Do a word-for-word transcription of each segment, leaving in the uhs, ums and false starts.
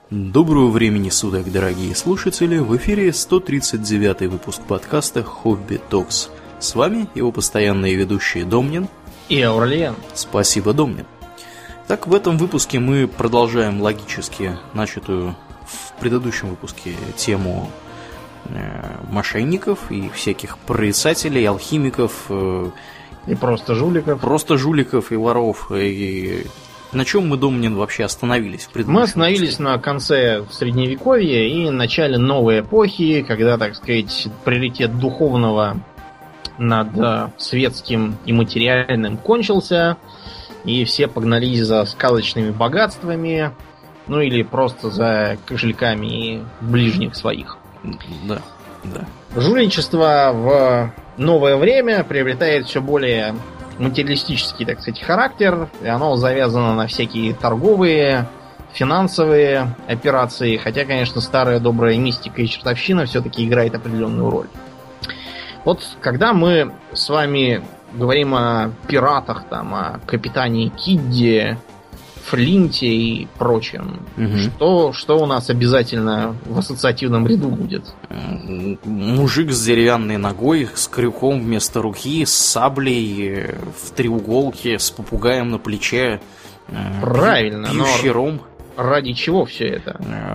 Доброго времени суток, дорогие слушатели! В эфире сто тридцать девятый выпуск подкаста «Хобби Токс». С вами его постоянные ведущие Домнин и Аурлиен. Спасибо, Домнин. Так, в этом выпуске мы продолжаем логически начатую в предыдущем выпуске тему э, мошенников и всяких прорицателей, алхимиков. Э, и просто жуликов. Просто жуликов и воров. И... На чем мы, Домнин, вообще остановились? В мы остановились выпуске? На конце Средневековья и начале новой эпохи, когда, так сказать, приоритет духовного над э, светским и материальным кончился, и все погнались за сказочными богатствами, ну или просто за кошельками ближних своих. Да, да. Жульничество в новое время приобретает все более материалистический, так сказать, характер, и оно завязано на всякие торговые, финансовые операции, хотя, конечно, старая добрая мистика и чертовщина все-таки играет определенную роль. Вот когда мы с вами говорим о пиратах, там, о капитане Кидде, Флинте и прочем, угу. что, что у нас обязательно в ассоциативном ряду будет? Мужик с деревянной ногой, с крюком вместо руки, с саблей в треуголке, с попугаем на плече. Правильно, пьющий но ром. Ради чего все это?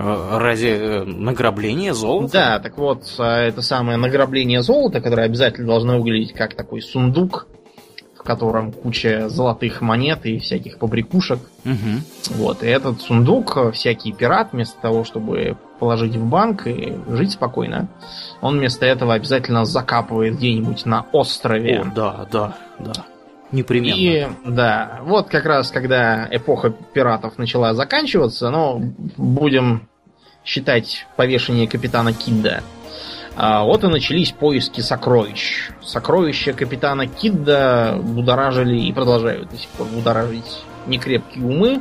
Ради награбления золота? Да, так вот, это самое награбление золота, которое обязательно должно выглядеть как такой сундук, в котором куча золотых монет и всяких побрякушек. Угу. Вот, и этот сундук всякий пират, вместо того, чтобы положить в банк и жить спокойно, он вместо этого обязательно закапывает где-нибудь на острове. О, да, да, да. Непременно. И, да, вот как раз, когда эпоха пиратов начала заканчиваться, ну, будем считать повешение капитана Кидда, А вот и начались поиски сокровищ. Сокровища капитана Кидда будоражили и продолжают до сих пор будоражить некрепкие умы.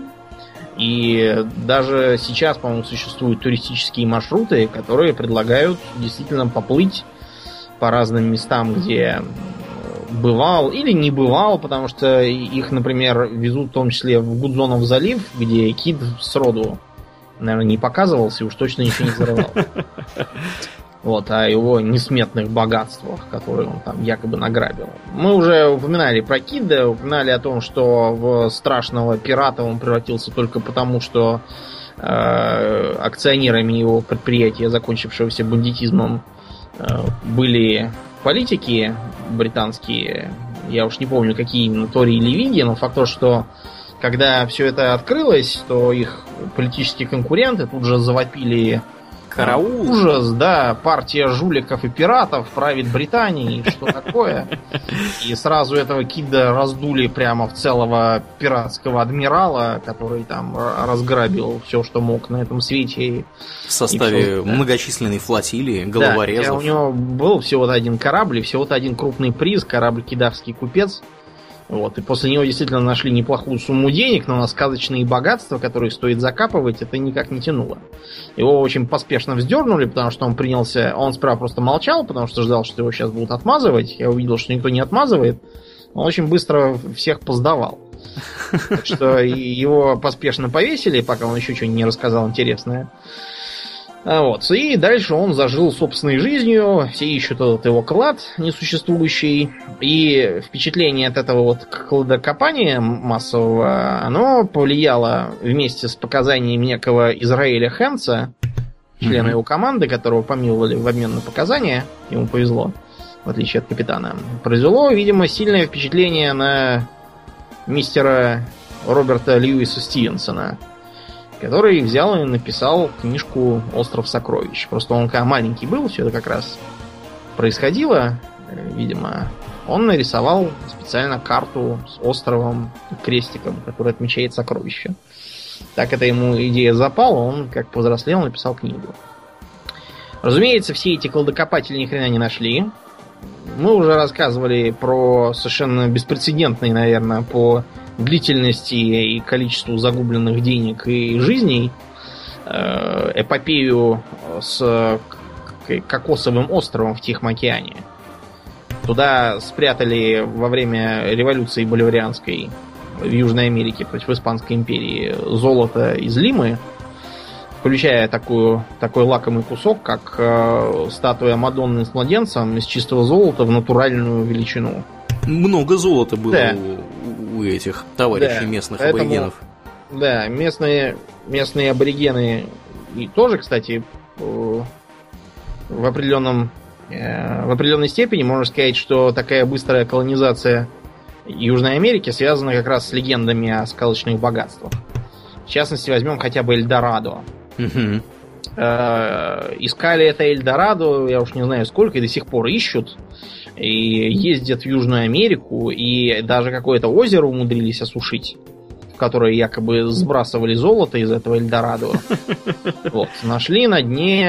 И даже сейчас, по-моему, существуют туристические маршруты, которые предлагают действительно поплыть по разным местам, где бывал или не бывал, потому что их, например, везут в том числе в Гудзонов залив, где Кид сроду, наверное, не показывался и уж точно ничего не взрывал. Вот, о его несметных богатствах, которые он там якобы награбил. Мы уже упоминали про Кидда, упоминали о том, что в страшного пирата он превратился только потому, что э, акционерами его предприятия, закончившегося бандитизмом, э, были политики британские. Я уж не помню, какие именно, Тори или Винги, но факт то, что когда все это открылось, то их политические конкуренты тут же завопили: караул! Ужас, да, партия жуликов и пиратов правит Британией, что такое? И сразу этого Кидда раздули прямо в целого пиратского адмирала, который там разграбил все, что мог на этом свете. В составе многочисленной флотилии, головорезов. Да, у него был всего-то один корабль и всего-то один крупный приз, корабль «Кидавский купец». Вот, и после него действительно нашли неплохую сумму денег, но на сказочные богатства, которые стоит закапывать, это никак не тянуло. Его очень поспешно вздернули, потому что он принялся... Он сперва просто молчал, потому что ждал, что его сейчас будут отмазывать. Я увидел, что никто не отмазывает. Он очень быстро всех поздавал. Так что его поспешно повесили, пока он еще что-нибудь не рассказал интересное. Вот. И дальше он зажил собственной жизнью, все ищут этот его клад несуществующий, и впечатление от этого вот кладокопания массового, оно повлияло вместе с показаниями некого Израиля Хэмца, члена mm-hmm. его команды, которого помиловали в обмен на показания, ему повезло, в отличие от капитана, произвело, видимо, сильное впечатление на мистера Роберта Льюиса Стивенсона, который взял и написал книжку «Остров сокровищ». Просто он, когда маленький был, все это как раз происходило, видимо. Он нарисовал специально карту с островом и крестиком, который отмечает сокровища. Так это ему идея запала, он, как повзрослел, написал книгу. Разумеется, все эти кладокопатели ни хрена не нашли. Мы уже рассказывали про совершенно беспрецедентные, наверное, по длительности и количеству загубленных денег и жизней эпопею с Кокосовым островом в Тихом океане. Туда спрятали во время революции боливарианской в Южной Америке против Испанской империи золото из Лимы. включая такую, такой лакомый кусок, как э, статуя Мадонны с младенцем из чистого золота в натуральную величину. Много золота было да. у, у этих товарищей да. местных Поэтому, аборигенов. Да, местные, местные аборигены и тоже, кстати, в определенном, в определенной степени можно сказать, что такая быстрая колонизация Южной Америки связана как раз с легендами о сказочных богатствах. В частности, возьмем хотя бы Эльдорадо. Угу. Искали это Эльдорадо, я уж не знаю сколько, и до сих пор ищут. И ездят в Южную Америку, и даже какое-то озеро умудрились осушить, в которое якобы сбрасывали золото из этого Эльдорадо. Вот. Нашли на дне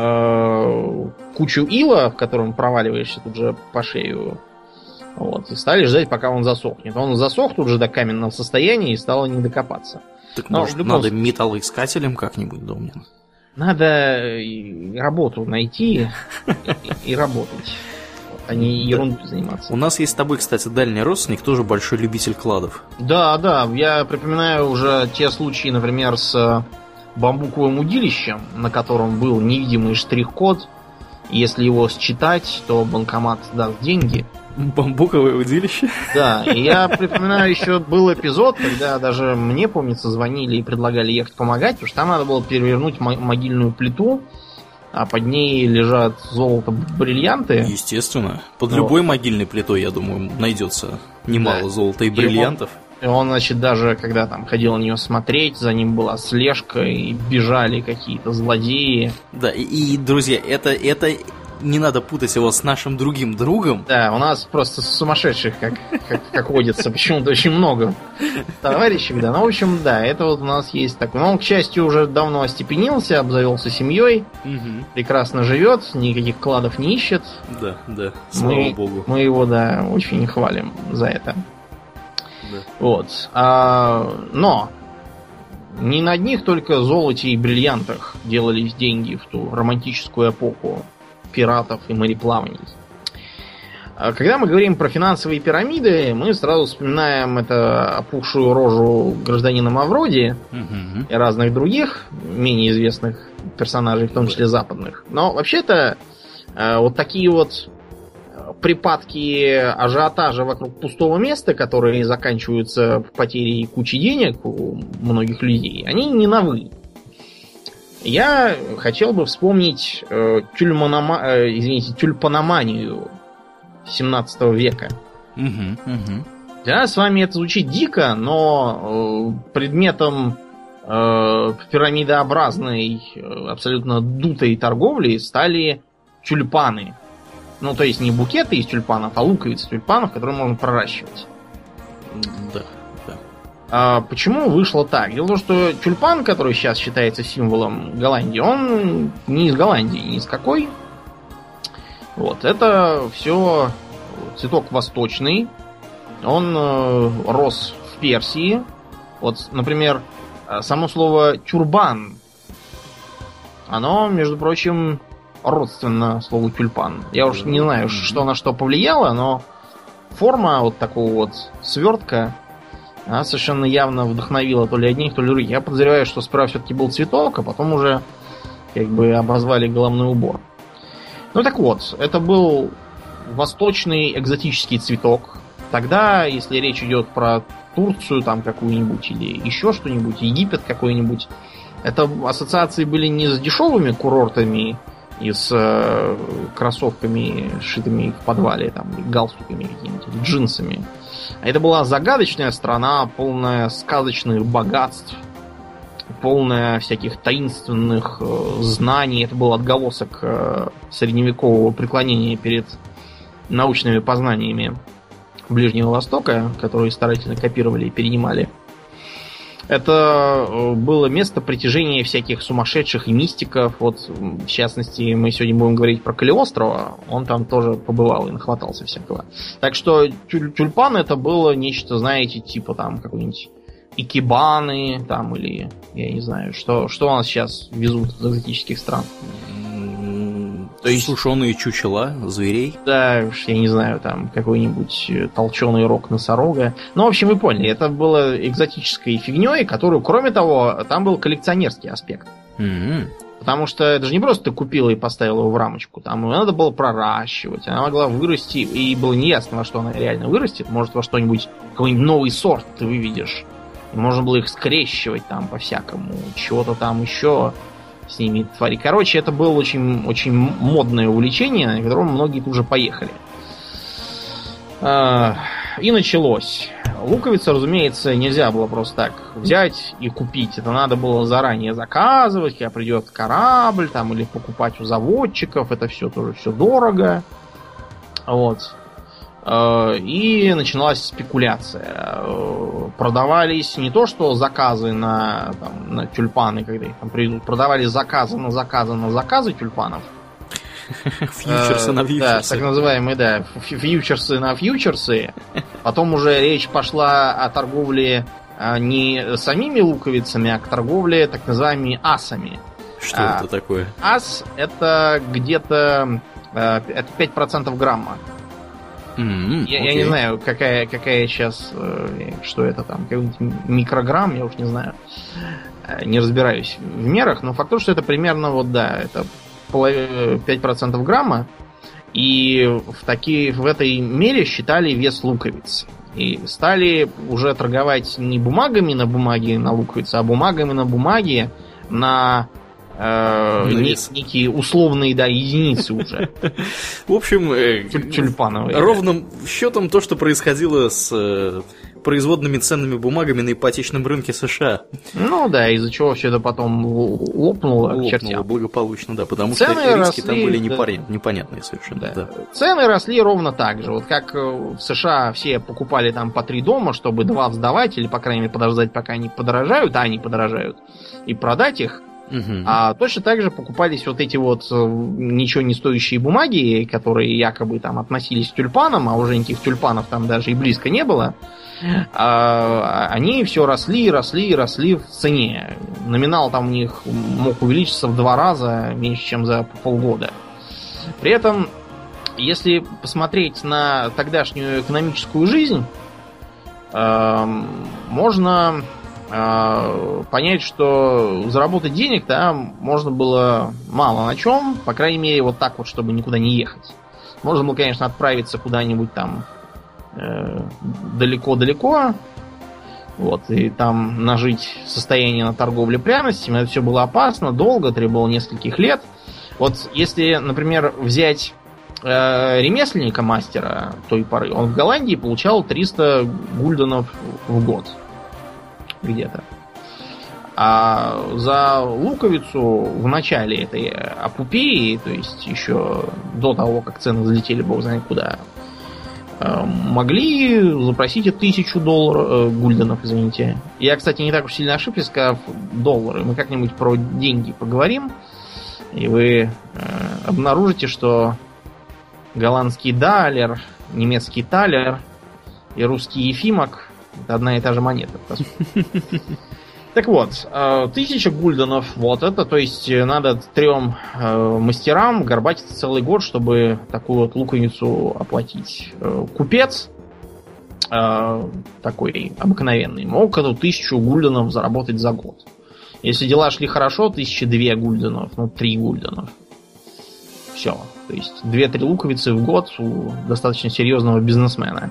э, кучу ила, в котором проваливаешься тут же по шею. Вот. И стали ждать, пока он засохнет. Он засох тут же до каменного состояния, и стало не докопаться. Так Но может любом... надо металлоискателем как-нибудь, Домнин? Надо работу найти и, и работать. А не ерундой заниматься. У нас есть с тобой, кстати, дальний родственник, тоже большой любитель кладов. Да, да, я припоминаю уже те случаи, например, с бамбуковым удилищем, на котором был невидимый штрих-код. Если его считать, то банкомат даст деньги. Бамбуковое удилище? Да, и я припоминаю, еще был эпизод, когда даже мне, помнится, звонили и предлагали ехать помогать, потому что там надо было перевернуть могильную плиту, а под ней лежат золото, бриллианты. Естественно. Под вот. любой могильной плитой, я думаю, найдется немало да. золота и бриллиантов. И он, и он, значит, даже когда там ходил на нее смотреть, за ним была слежка, и бежали какие-то злодеи. Да, и, и друзья, это, это не надо путать его с нашим другим другом. Да, у нас просто сумасшедших, как, как, как водится, почему-то очень много товарищей, да. Ну, в общем, да, это вот у нас есть такой. Но он, к счастью, уже давно остепенился, обзавелся семьей, угу. прекрасно живет, никаких кладов не ищет. Да, да, слава мы, богу. Мы его, да, очень хвалим за это. Да. Вот. А, но не на одних только золоте и бриллиантах делались деньги в ту романтическую эпоху пиратов и мореплаваний. Когда мы говорим про финансовые пирамиды, мы сразу вспоминаем это опухшую рожу гражданина Мавроди угу. и разных других менее известных персонажей, в том числе западных. Но вообще-то вот такие вот припадки ажиотажа вокруг пустого места, которые заканчиваются потерей кучи денег у многих людей, они не новы. Я хотел бы вспомнить э, тюльманома... э, извините, тюльпаноманию семнадцатого века. Угу, угу. Да, с вами это звучит дико, но э, предметом э, пирамидообразной, э, абсолютно дутой торговли стали тюльпаны. Ну, то есть не букеты из тюльпанов, а луковицы тюльпанов, которые можно проращивать. Да. А почему вышло так? Дело в том, что тюльпан, который сейчас считается символом Голландии, он не из Голландии, ни из какой. Вот, это все цветок восточный. Он э, рос в Персии. Вот, например, само слово тюрбан, оно, между прочим, родственно слову тюльпан. Я уж не знаю, что на что повлияло, но форма вот такого вот свертка, она совершенно явно вдохновила то ли одних, то ли других. Я подозреваю, что сперва все-таки был цветок, а потом уже как бы обозвали головной убор. Ну так вот, это был восточный экзотический цветок. Тогда, если речь идет про Турцию там какую-нибудь или еще что-нибудь, Египет какой-нибудь, это ассоциации были не с дешевыми курортами и с э, кроссовками, сшитыми в подвале, там, галстуками какими-то, джинсами. А это была загадочная страна, полная сказочных богатств, полная всяких таинственных э, знаний. Это был отголосок э, средневекового преклонения перед научными познаниями Ближнего Востока, которые старательно копировали и перенимали. Это было место притяжения всяких сумасшедших и мистиков. Вот, в частности, мы сегодня будем говорить про Калиострова. Он там тоже побывал и нахватался всякого. Так что тюль- тюльпан это было нечто, знаете, типа там какой-нибудь икебаны, там, или я не знаю, что, что у нас сейчас везут из экзотических стран. То есть сушеные чучела зверей? Да, уж я не знаю, там какой-нибудь толченый рог носорога. Ну, в общем, вы поняли, это было экзотической фигней, которую, кроме того, там был коллекционерский аспект. Mm-hmm. Потому что это же не просто ты купила и поставила его в рамочку. Там ее надо было проращивать. Она могла вырасти, и было неясно, во что она реально вырастет. Может, во что-нибудь, какой-нибудь новый сорт ты выведешь. И можно было их скрещивать там по-всякому. Чего-то там еще с ними творить. Короче, это было очень, очень модное увлечение, на котором многие тут же поехали. И началось. Луковицы, разумеется, нельзя было просто так взять и купить. Это надо было заранее заказывать, когда придет корабль, там, или покупать у заводчиков. Это все тоже все дорого. Вот. И началась спекуляция. Продавались не то, что заказы на, там, на тюльпаны, когда их там придут, продавались заказы на заказы на заказы тюльпанов. Фьючерсы на фьючерсы. Да, так называемые, да, фьючерсы на фьючерсы. Потом уже речь пошла о торговле не самими луковицами, а к торговле так называемыми асами. Что а, это такое? Ас это где-то это пять процентов грамма. Mm-hmm, я, okay. я не знаю, какая, какая сейчас, что это там, какой-нибудь микрограмм, я уж не знаю. Не разбираюсь в мерах, но факт то, что это примерно вот, да, это пять процентов грамма, и в, такие, в этой мере считали вес луковиц. И стали уже торговать не бумагами на бумаге на луковице, а бумагами на бумаге на э, не, некие условные, да, единицы уже. В общем, тюльпановые. Ровным счетом то, что происходило с производными ценными бумагами на ипотечном рынке США. Ну да, из-за чего все это потом лопнуло, лопнуло к чертям. Благополучно, да, потому цены что риски росли, там были да. непор... непонятные совершенно. Да. Да. Цены росли ровно так же. Вот как в США все покупали там по три дома, чтобы два сдавать, или, по крайней мере, подождать, пока они подорожают, а они подорожают, и продать их. Угу. А точно так же покупались вот эти вот ничего не стоящие бумаги, которые якобы там относились к тюльпанам, а уже никаких тюльпанов там даже и близко не было. А они все росли, росли, росли в цене. Номинал там у них мог увеличиться в два раза меньше, чем за полгода. При этом, если посмотреть на тогдашнюю экономическую жизнь, можно понять, что заработать денег, да, можно было мало на чем, по крайней мере, вот так вот, чтобы никуда не ехать. Можно было, конечно, отправиться куда-нибудь там э, далеко-далеко, вот, и там нажить состояние на торговле пряностями. Это все было опасно, долго, требовало нескольких лет. Вот если, например, взять э, ремесленника, мастера той поры, он в Голландии получал триста гульденов в год. Где-то. А за луковицу в начале этой апупеи, то есть еще до того, как цены взлетели бог знает куда, могли запросить и тысячу долларов, гульденов, извините. Я, кстати, не так уж сильно ошибся, сказав доллары. Мы как-нибудь про деньги поговорим, и вы э, обнаружите, что голландский далер, немецкий талер и русский ефимок — это одна и та же монета. Так вот, тысяча гульденов, вот это, то есть надо трем мастерам горбатиться целый год, чтобы такую вот луковицу оплатить. Купец, такой обыкновенный, мог эту тысячу гульденов заработать за год. Если дела шли хорошо, тысяча две гульденов, ну, три гульденов. Все. То есть две-три луковицы в год у достаточно серьезного бизнесмена.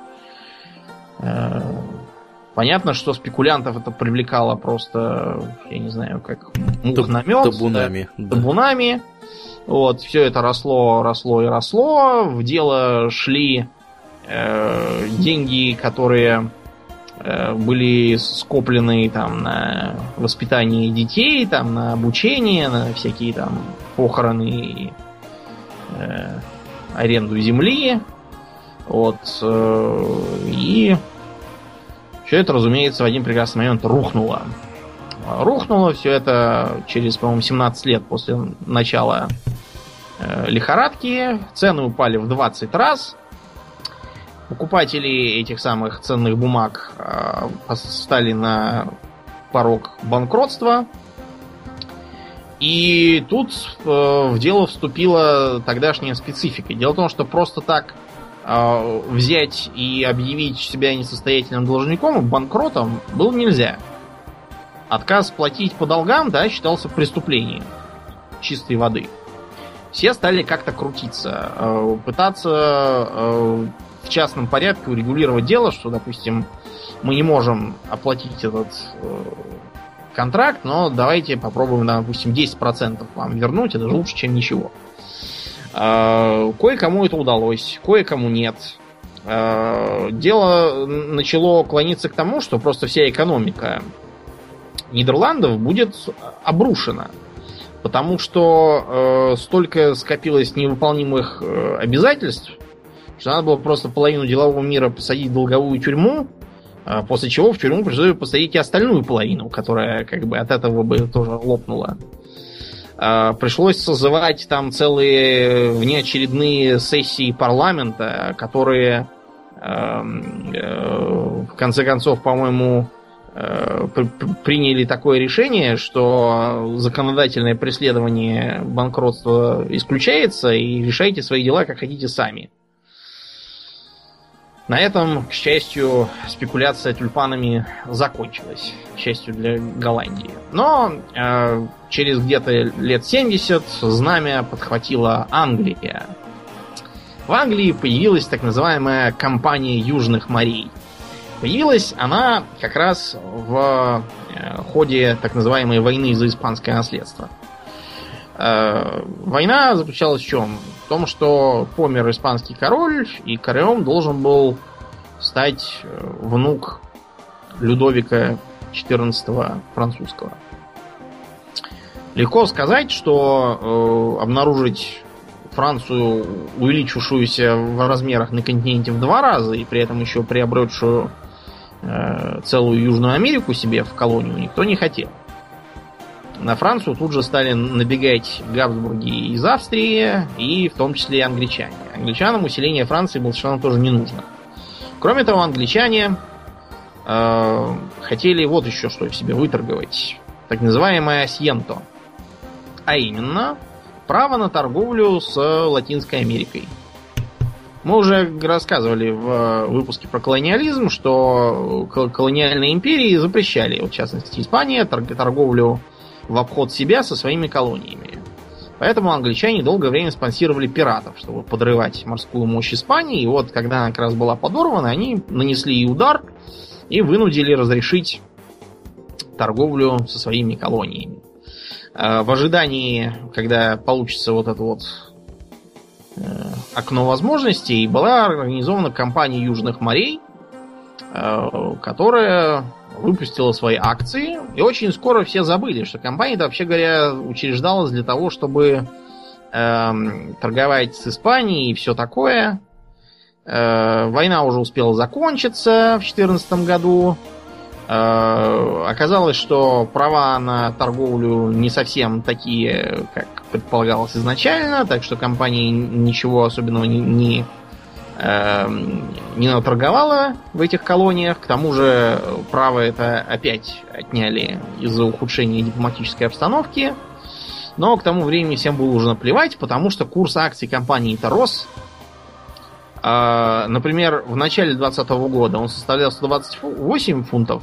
Понятно, что спекулянтов это привлекало просто, я не знаю, как мух на мед. Табунами. Да, табунами. Вот, все это росло, росло и росло. В дело шли э, деньги, которые э, были скоплены там на воспитание детей, там на обучение, на всякие там похороны и э, аренду земли. Вот, э, и все это, разумеется, в один прекрасный момент рухнуло. Рухнуло все это через, по-моему, семнадцать лет после начала э, лихорадки. Цены упали в двадцать раз. Покупатели этих самых ценных бумаг э, стали на порог банкротства. И тут э, в дело вступила тогдашняя специфика. Дело в том, что просто так взять и объявить себя несостоятельным должником, банкротом, было нельзя. отказ платить по долгам, да, считался преступлением чистой воды. Все стали как-то крутиться, пытаться в частном порядке урегулировать дело, что, допустим, мы не можем оплатить этот контракт, но давайте попробуем, допустим, десять процентов вам вернуть, это же лучше, чем ничего. Кое-кому это удалось, кое-кому нет. Дело начало клониться к тому, что просто вся экономика Нидерландов будет обрушена. Потому что э, столько скопилось невыполнимых э, обязательств, что надо было просто половину делового мира посадить в долговую тюрьму, э, после чего в тюрьму пришлось посадить и остальную половину, которая как бы от этого бы тоже лопнула. Э, пришлось созывать там целые внеочередные сессии парламента, которые э, э, в конце концов, по-моему, приняли такое решение, что законодательное преследование банкротства исключается, и решайте свои дела как хотите сами. На этом, к счастью, спекуляция тюльпанами закончилась. К счастью для Голландии. Но э, через где-то лет семьдесят знамя подхватила Англия. В Англии появилась так называемая компания Южных морей. Появилась она как раз в ходе так называемой войны за испанское наследство. Война заключалась в чем? В том, что помер испанский король, и королем должен был стать внук Людовика четырнадцатого французского. Легко сказать, что обнаружить Францию, увеличившуюся в размерах на континенте в два раза, и при этом еще приобретшую э, целую Южную Америку себе в колонию, никто не хотел. На Францию тут же стали набегать Габсбурги из Австрии, и в том числе и англичане. Англичанам усиление Франции было совершенно тоже не нужно. Кроме того, англичане э, хотели вот еще что себе выторговать. Так называемое асьенто. А именно право на торговлю с Латинской Америкой. Мы уже рассказывали в выпуске про колониализм, что колониальные империи запрещали, вот в частности Испания, торговлю в обход себя со своими колониями. Поэтому англичане долгое время спонсировали пиратов, чтобы подрывать морскую мощь Испании. И вот, когда она как раз была подорвана, они нанесли ей удар и вынудили разрешить торговлю со своими колониями. В ожидании, когда получится вот это вот э, окно возможностей, была организована компания Южных морей, э, которая выпустила свои акции. И очень скоро все забыли, что компания-то, вообще говоря, учреждалась для того, чтобы э, торговать с Испанией и все такое. Э, война уже успела закончиться в две тысячи четырнадцатом году. Оказалось, что права на торговлю не совсем такие, как предполагалось изначально, так что компания ничего особенного не, не, э, не наторговала в этих колониях. К тому же право это опять отняли из-за ухудшения дипломатической обстановки. Но к тому времени всем было уже наплевать, потому что курс акций компании-то рос. Например, в начале двадцатого года он составлял сто двадцать восемь фунтов,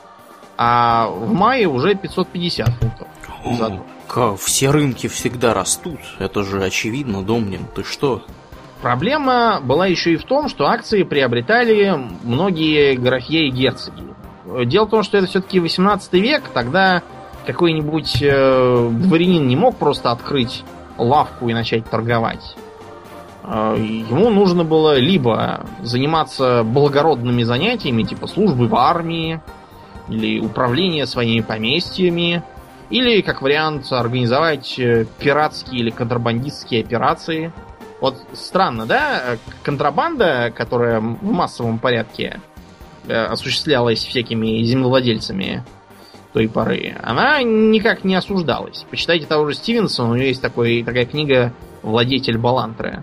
а в мае уже пятьсот пятьдесят фунтов. О, все рынки всегда растут, это же очевидно, Домнин, ты что? Проблема была еще и в том, что акции приобретали многие графье и герцоги. Дело в том, что это все-таки восемнадцатый век, тогда какой-нибудь э, дворянин не мог просто открыть лавку и начать торговать. Ему нужно было либо заниматься благородными занятиями, типа службы в армии, или управления своими поместьями, или, как вариант, организовать пиратские или контрабандистские операции. Вот странно, да? Контрабанда, которая в массовом порядке осуществлялась всякими землевладельцами той поры, она никак не осуждалась. Почитайте того же Стивенсона, у него есть такой, такая книга «Владетель Балантры»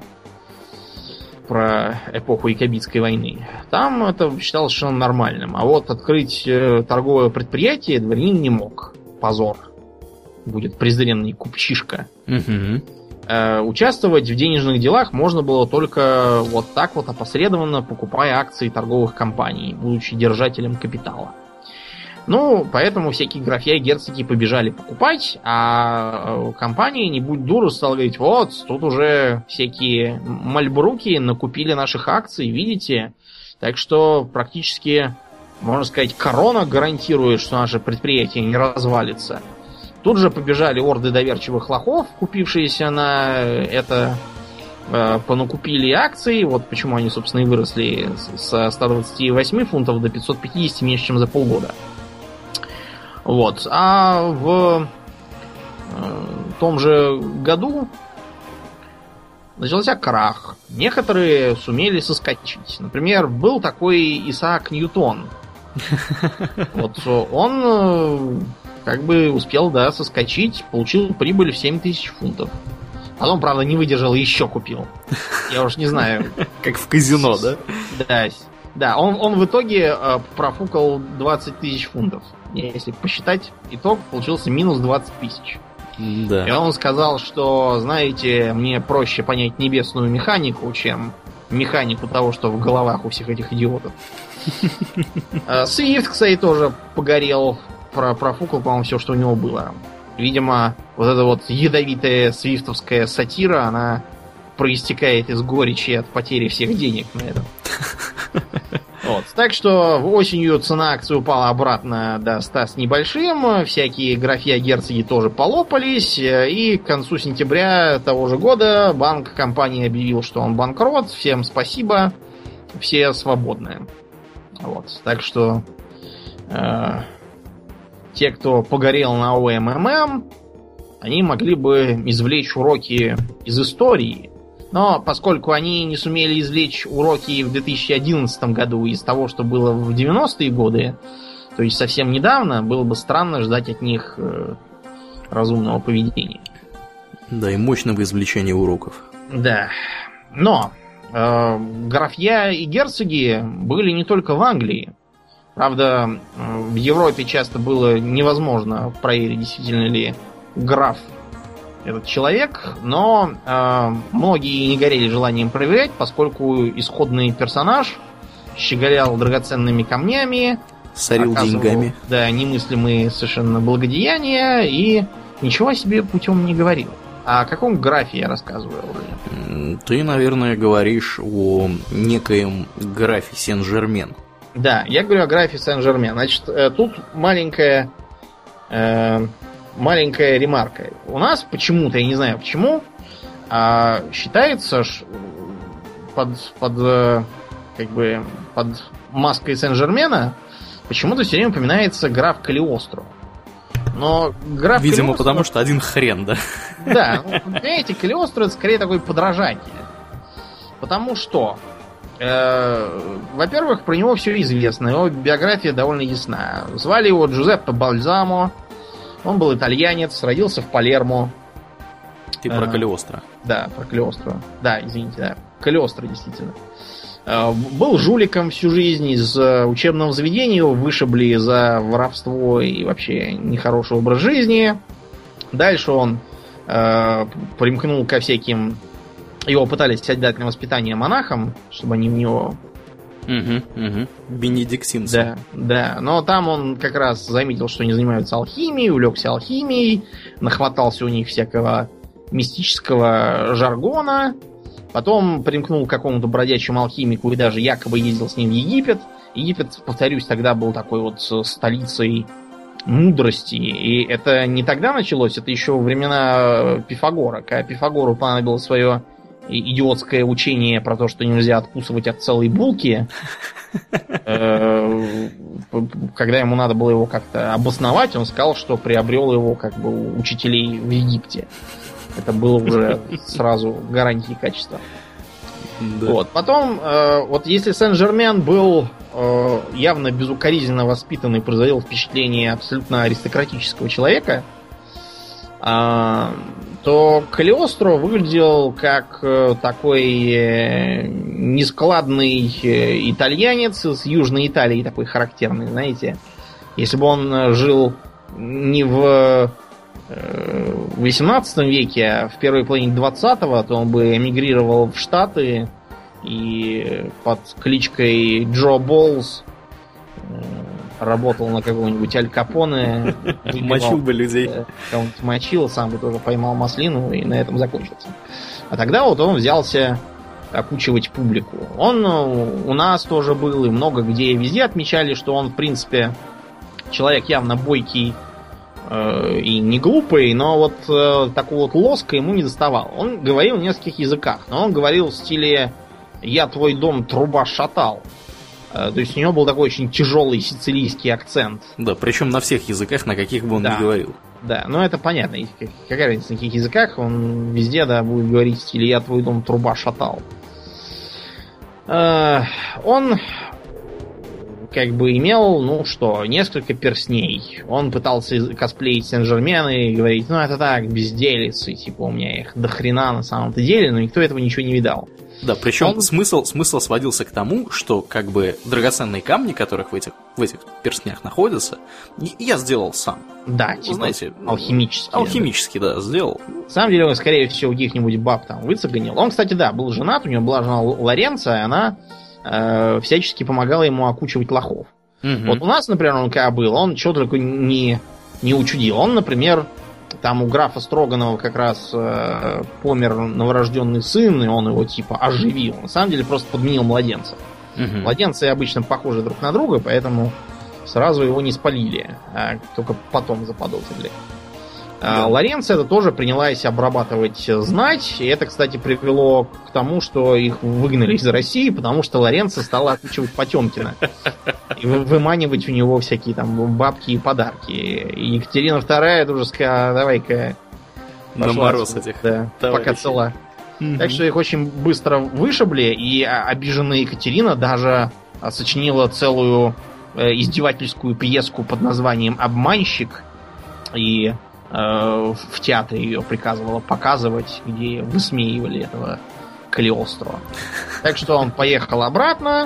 про эпоху Якобитской войны. Там это считалось совершенно нормальным. А вот открыть э, торговое предприятие дворянин не мог. Позор. Будет презренный купчишка. Угу. Э, участвовать в денежных делах можно было только вот так вот опосредованно, покупая акции торговых компаний, будучи держателем капитала. Ну, поэтому всякие графья и герцоги побежали покупать, а компания, не будь дура, стала говорить, вот, тут уже всякие мальбруки накупили наших акций, видите? Так что практически, можно сказать, корона гарантирует, что наше предприятие не развалится. Тут же побежали орды доверчивых лохов, купившиеся на это, понакупили акции, вот почему они, собственно, и выросли со ста двадцати восьми фунтов до пятисот пятидесяти меньше, чем за полгода. Вот. А в э, том же году начался крах. Некоторые сумели соскочить. Например, был такой Исаак Ньютон. Вот он как бы успел, да, соскочить, получил прибыль в семь тысяч фунтов. Потом, правда, не выдержал и еще купил. Я уж не знаю. Как в казино, да? Да. Да, он, он в итоге э, профукал двадцать тысяч фунтов. Если посчитать, итог получился минус двадцать тысяч. Да. И он сказал, что, знаете, мне проще понять небесную механику, чем механику того, что в головах у всех этих идиотов. Свифт, кстати, тоже погорел, профукал, по-моему, все, что у него было. Видимо, вот эта вот ядовитая свифтовская сатира, она проистекает из горечи от потери всех денег на этом. Вот. Так что осенью цена акций упала обратно до ста с небольшим, всякие графья-герцоги тоже полопались, и к концу сентября того же года банк компании объявил, что он банкрот, всем спасибо, все свободны. Вот. Так что э, те, кто погорел на о эм эм эм, они могли бы извлечь уроки из истории. Но поскольку они не сумели извлечь уроки в две тысячи одиннадцатом году из того, что было в девяностые годы, то есть совсем недавно, было бы странно ждать от них э, разумного поведения. Да, и мощного извлечения уроков. Да. Но э, графья и герцоги были не только в Англии. Правда, в Европе часто было невозможно проверить, действительно ли граф этот человек, но э, многие не горели желанием проверять, поскольку исходный персонаж щеголял драгоценными камнями, сорил деньгами, да, немыслимые совершенно благодеяния и ничего о себе путем не говорил. А о каком графе я рассказываю уже? Ты, наверное, говоришь о некоем графе Сен-Жермен. Да, я говорю о графе Сен-Жермен. Значит, тут маленькая э, маленькая ремарка. У нас почему-то, я не знаю почему, а, считается под, под, как бы, под маской Сен-Жермена почему-то все время упоминается граф Калиостро. Но граф Видимо, Калиостро... потому что один хрен, да? Да, ну, понимаете, Калиостро это скорее такое подражание. Потому что, э, во-первых, про него все известно, его биография довольно ясна. Звали его Джузеппе Бальзамо. Он был итальянец, родился в Палермо. Ты про Калиостро. Да, про Калиостро. Да, извините, да. Калиостро, действительно. Был жуликом всю жизнь, из учебного заведения его вышибли за воровство и вообще нехороший образ жизни. Дальше он э, примкнул ко всяким... Его пытались отдать на воспитание монахам, чтобы они в него... Угу, угу. Бенедиктинцы. Да, да. Но там он как раз заметил, что они занимаются алхимией, увлекся алхимией, нахватался у них всякого мистического жаргона. Потом примкнул к какому-то бродячему алхимику и даже якобы ездил с ним в Египет. Египет, повторюсь, тогда был такой вот столицей мудрости. И это не тогда началось, это еще во времена Пифагора. Когда Пифагору понадобилось свое идиотское учение про то, что нельзя откусывать от целой булки, когда ему надо было его как-то обосновать, он сказал, что приобрел его как бы у учителей в Египте. Это было уже сразу гарантией качества. Да. Вот. Потом, э, вот если Сен-Жермен был э, явно безукоризненно воспитанный, производил впечатление абсолютно аристократического человека, э, то Калиостро выглядел как э, такой э, нескладный э, итальянец из Южной Италии, такой характерный, знаете. Если бы он жил не в в восемнадцатом веке, а в первой половине двадцатого, то он бы эмигрировал в Штаты и под кличкой Джо Боллс работал на какого-нибудь Аль Капоне. Мочил бы людей. Кого-нибудь мочил, сам бы тоже поймал маслину, и на этом закончился. А тогда вот он взялся окучивать публику. Он у нас тоже был, и много где везде отмечали, что он, в принципе, человек явно бойкий э, и не глупый, но вот э, такого вот лоска ему не доставал. Он говорил в нескольких языках, но он говорил в стиле «я твой дом труба шатал». Э, то есть у него был такой очень тяжелый сицилийский акцент. Да, причем на всех языках, на каких бы он да. ни говорил. Да, но это понятно. Какая разница, на каких языках он везде, да, будет говорить в стиле «я твой дом труба шатал». Э, он как бы имел, ну что, несколько перстней. Он пытался косплеить Сен-Жермена и говорить, ну это так, безделицы, типа у меня их до хрена на самом-то деле, но никто этого ничего не видал. Да, причем он... смысл, смысл сводился к тому, что как бы драгоценные камни, которых в этих, в этих перстнях находятся, я сделал сам. Да, типа знаете, алхимически. Алхимически, да, сделал. На самом деле он, скорее всего, каких-нибудь баб там выцеганил. Он, кстати, да, был женат, у него была жена Лоренца, и она э, всячески помогала ему окучивать лохов. Угу. Вот у нас, например, он когда был, он чего только не, не учудил. Он, например, там у графа Строганова как раз э, помер новорожденный сын, и он его типа оживил. На самом деле просто подменил младенца. Угу. Младенцы обычно похожи друг на друга, поэтому сразу его не спалили, а только потом заподозрили. Да. Лоренцо это тоже принялась обрабатывать знать, и это, кстати, привело к тому, что их выгнали из России, потому что Лоренцо стала окучивать Потемкина и выманивать у него всякие там бабки и подарки. И Екатерина вторая тоже сказала, давай-ка на мороз этих, да, пока цела. Mm-hmm. Так что их очень быстро вышибли, и обиженная Екатерина даже сочинила целую издевательскую пьеску под названием «Обманщик», и э, в театре ее приказывала показывать, где высмеивали этого Калиостро. Так что он поехал обратно,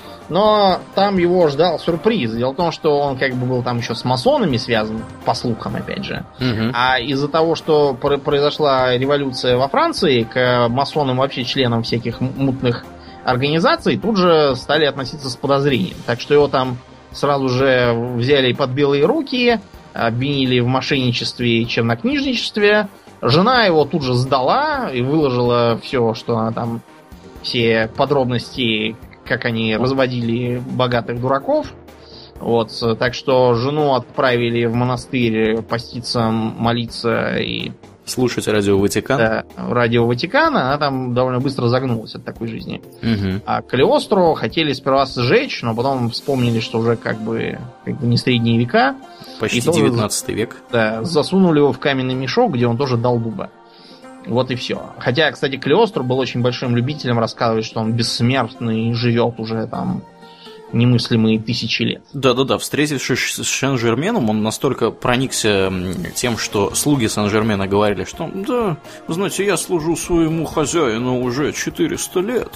но там его ждал сюрприз. Дело в том, что он как бы был там еще с масонами связан, по слухам, опять же. Угу. А из-за того, что произошла революция во Франции, к масонам, вообще членам всяких мутных организаций, тут же стали относиться с подозрением. Так что его там сразу же взяли под белые руки, обвинили в мошенничестве и чернокнижничестве. Жена его тут же сдала и выложила все, что она там, все подробности, как они разводили богатых дураков. Вот, так что жену отправили в монастырь поститься, молиться и слушать радио Ватикан. Да, радио Ватикана, она там довольно быстро загнулась от такой жизни. Угу. А Калиостро хотели сперва сжечь, но потом вспомнили, что уже как бы, как бы не средние века. Почти девятнадцатый век. Да, засунули его в каменный мешок, где он тоже дал дуба. Вот и все. Хотя, кстати, Калиостро был очень большим любителем рассказывать, что он бессмертный, живет уже там немыслимые тысячи лет. Да-да-да, встретившись с Сен-Жерменом, он настолько проникся тем, что слуги Сен-Жермена говорили, что да, знаете, я служу своему хозяину уже четыреста лет,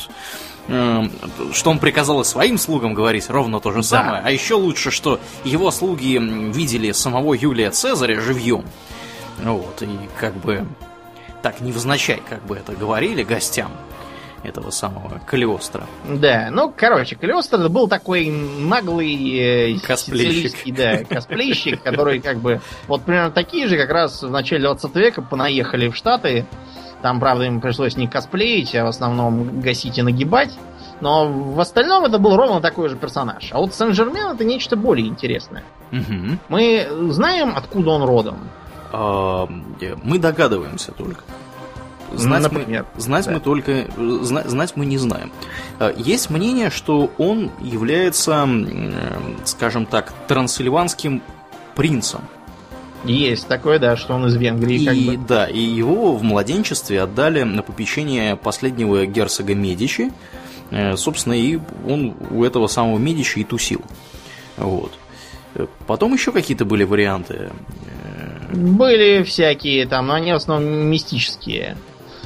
что он приказал и своим слугам говорить ровно то же да. самое, а еще лучше, что его слуги видели самого Юлия Цезаря живьем, вот, и как бы так невзначай как бы это говорили гостям этого самого Калиостро. Да, ну, короче, Калиостро был такой наглый э, косплейщик. Да, косплейщик, который как бы, вот примерно такие же как раз в начале двадцатого века понаехали в Штаты. Там, правда, им пришлось не косплеить, а в основном гасить и нагибать. Но в остальном это был ровно такой же персонаж. А вот Сен-Жермен это нечто более интересное. Угу. Мы знаем, откуда он родом? А, мы догадываемся только. Знать, Например, мы, знать да. мы только знать, знать мы не знаем. Есть мнение, что он является, скажем так, трансильванским принцем. Есть такое, да, что он из Венгрии. И, как бы. Да, и его в младенчестве отдали на попечение последнего герцога Медичи. Собственно, и он у этого самого Медичи и тусил. Вот. Потом еще какие-то были варианты. Были всякие там, но они в основном мистические.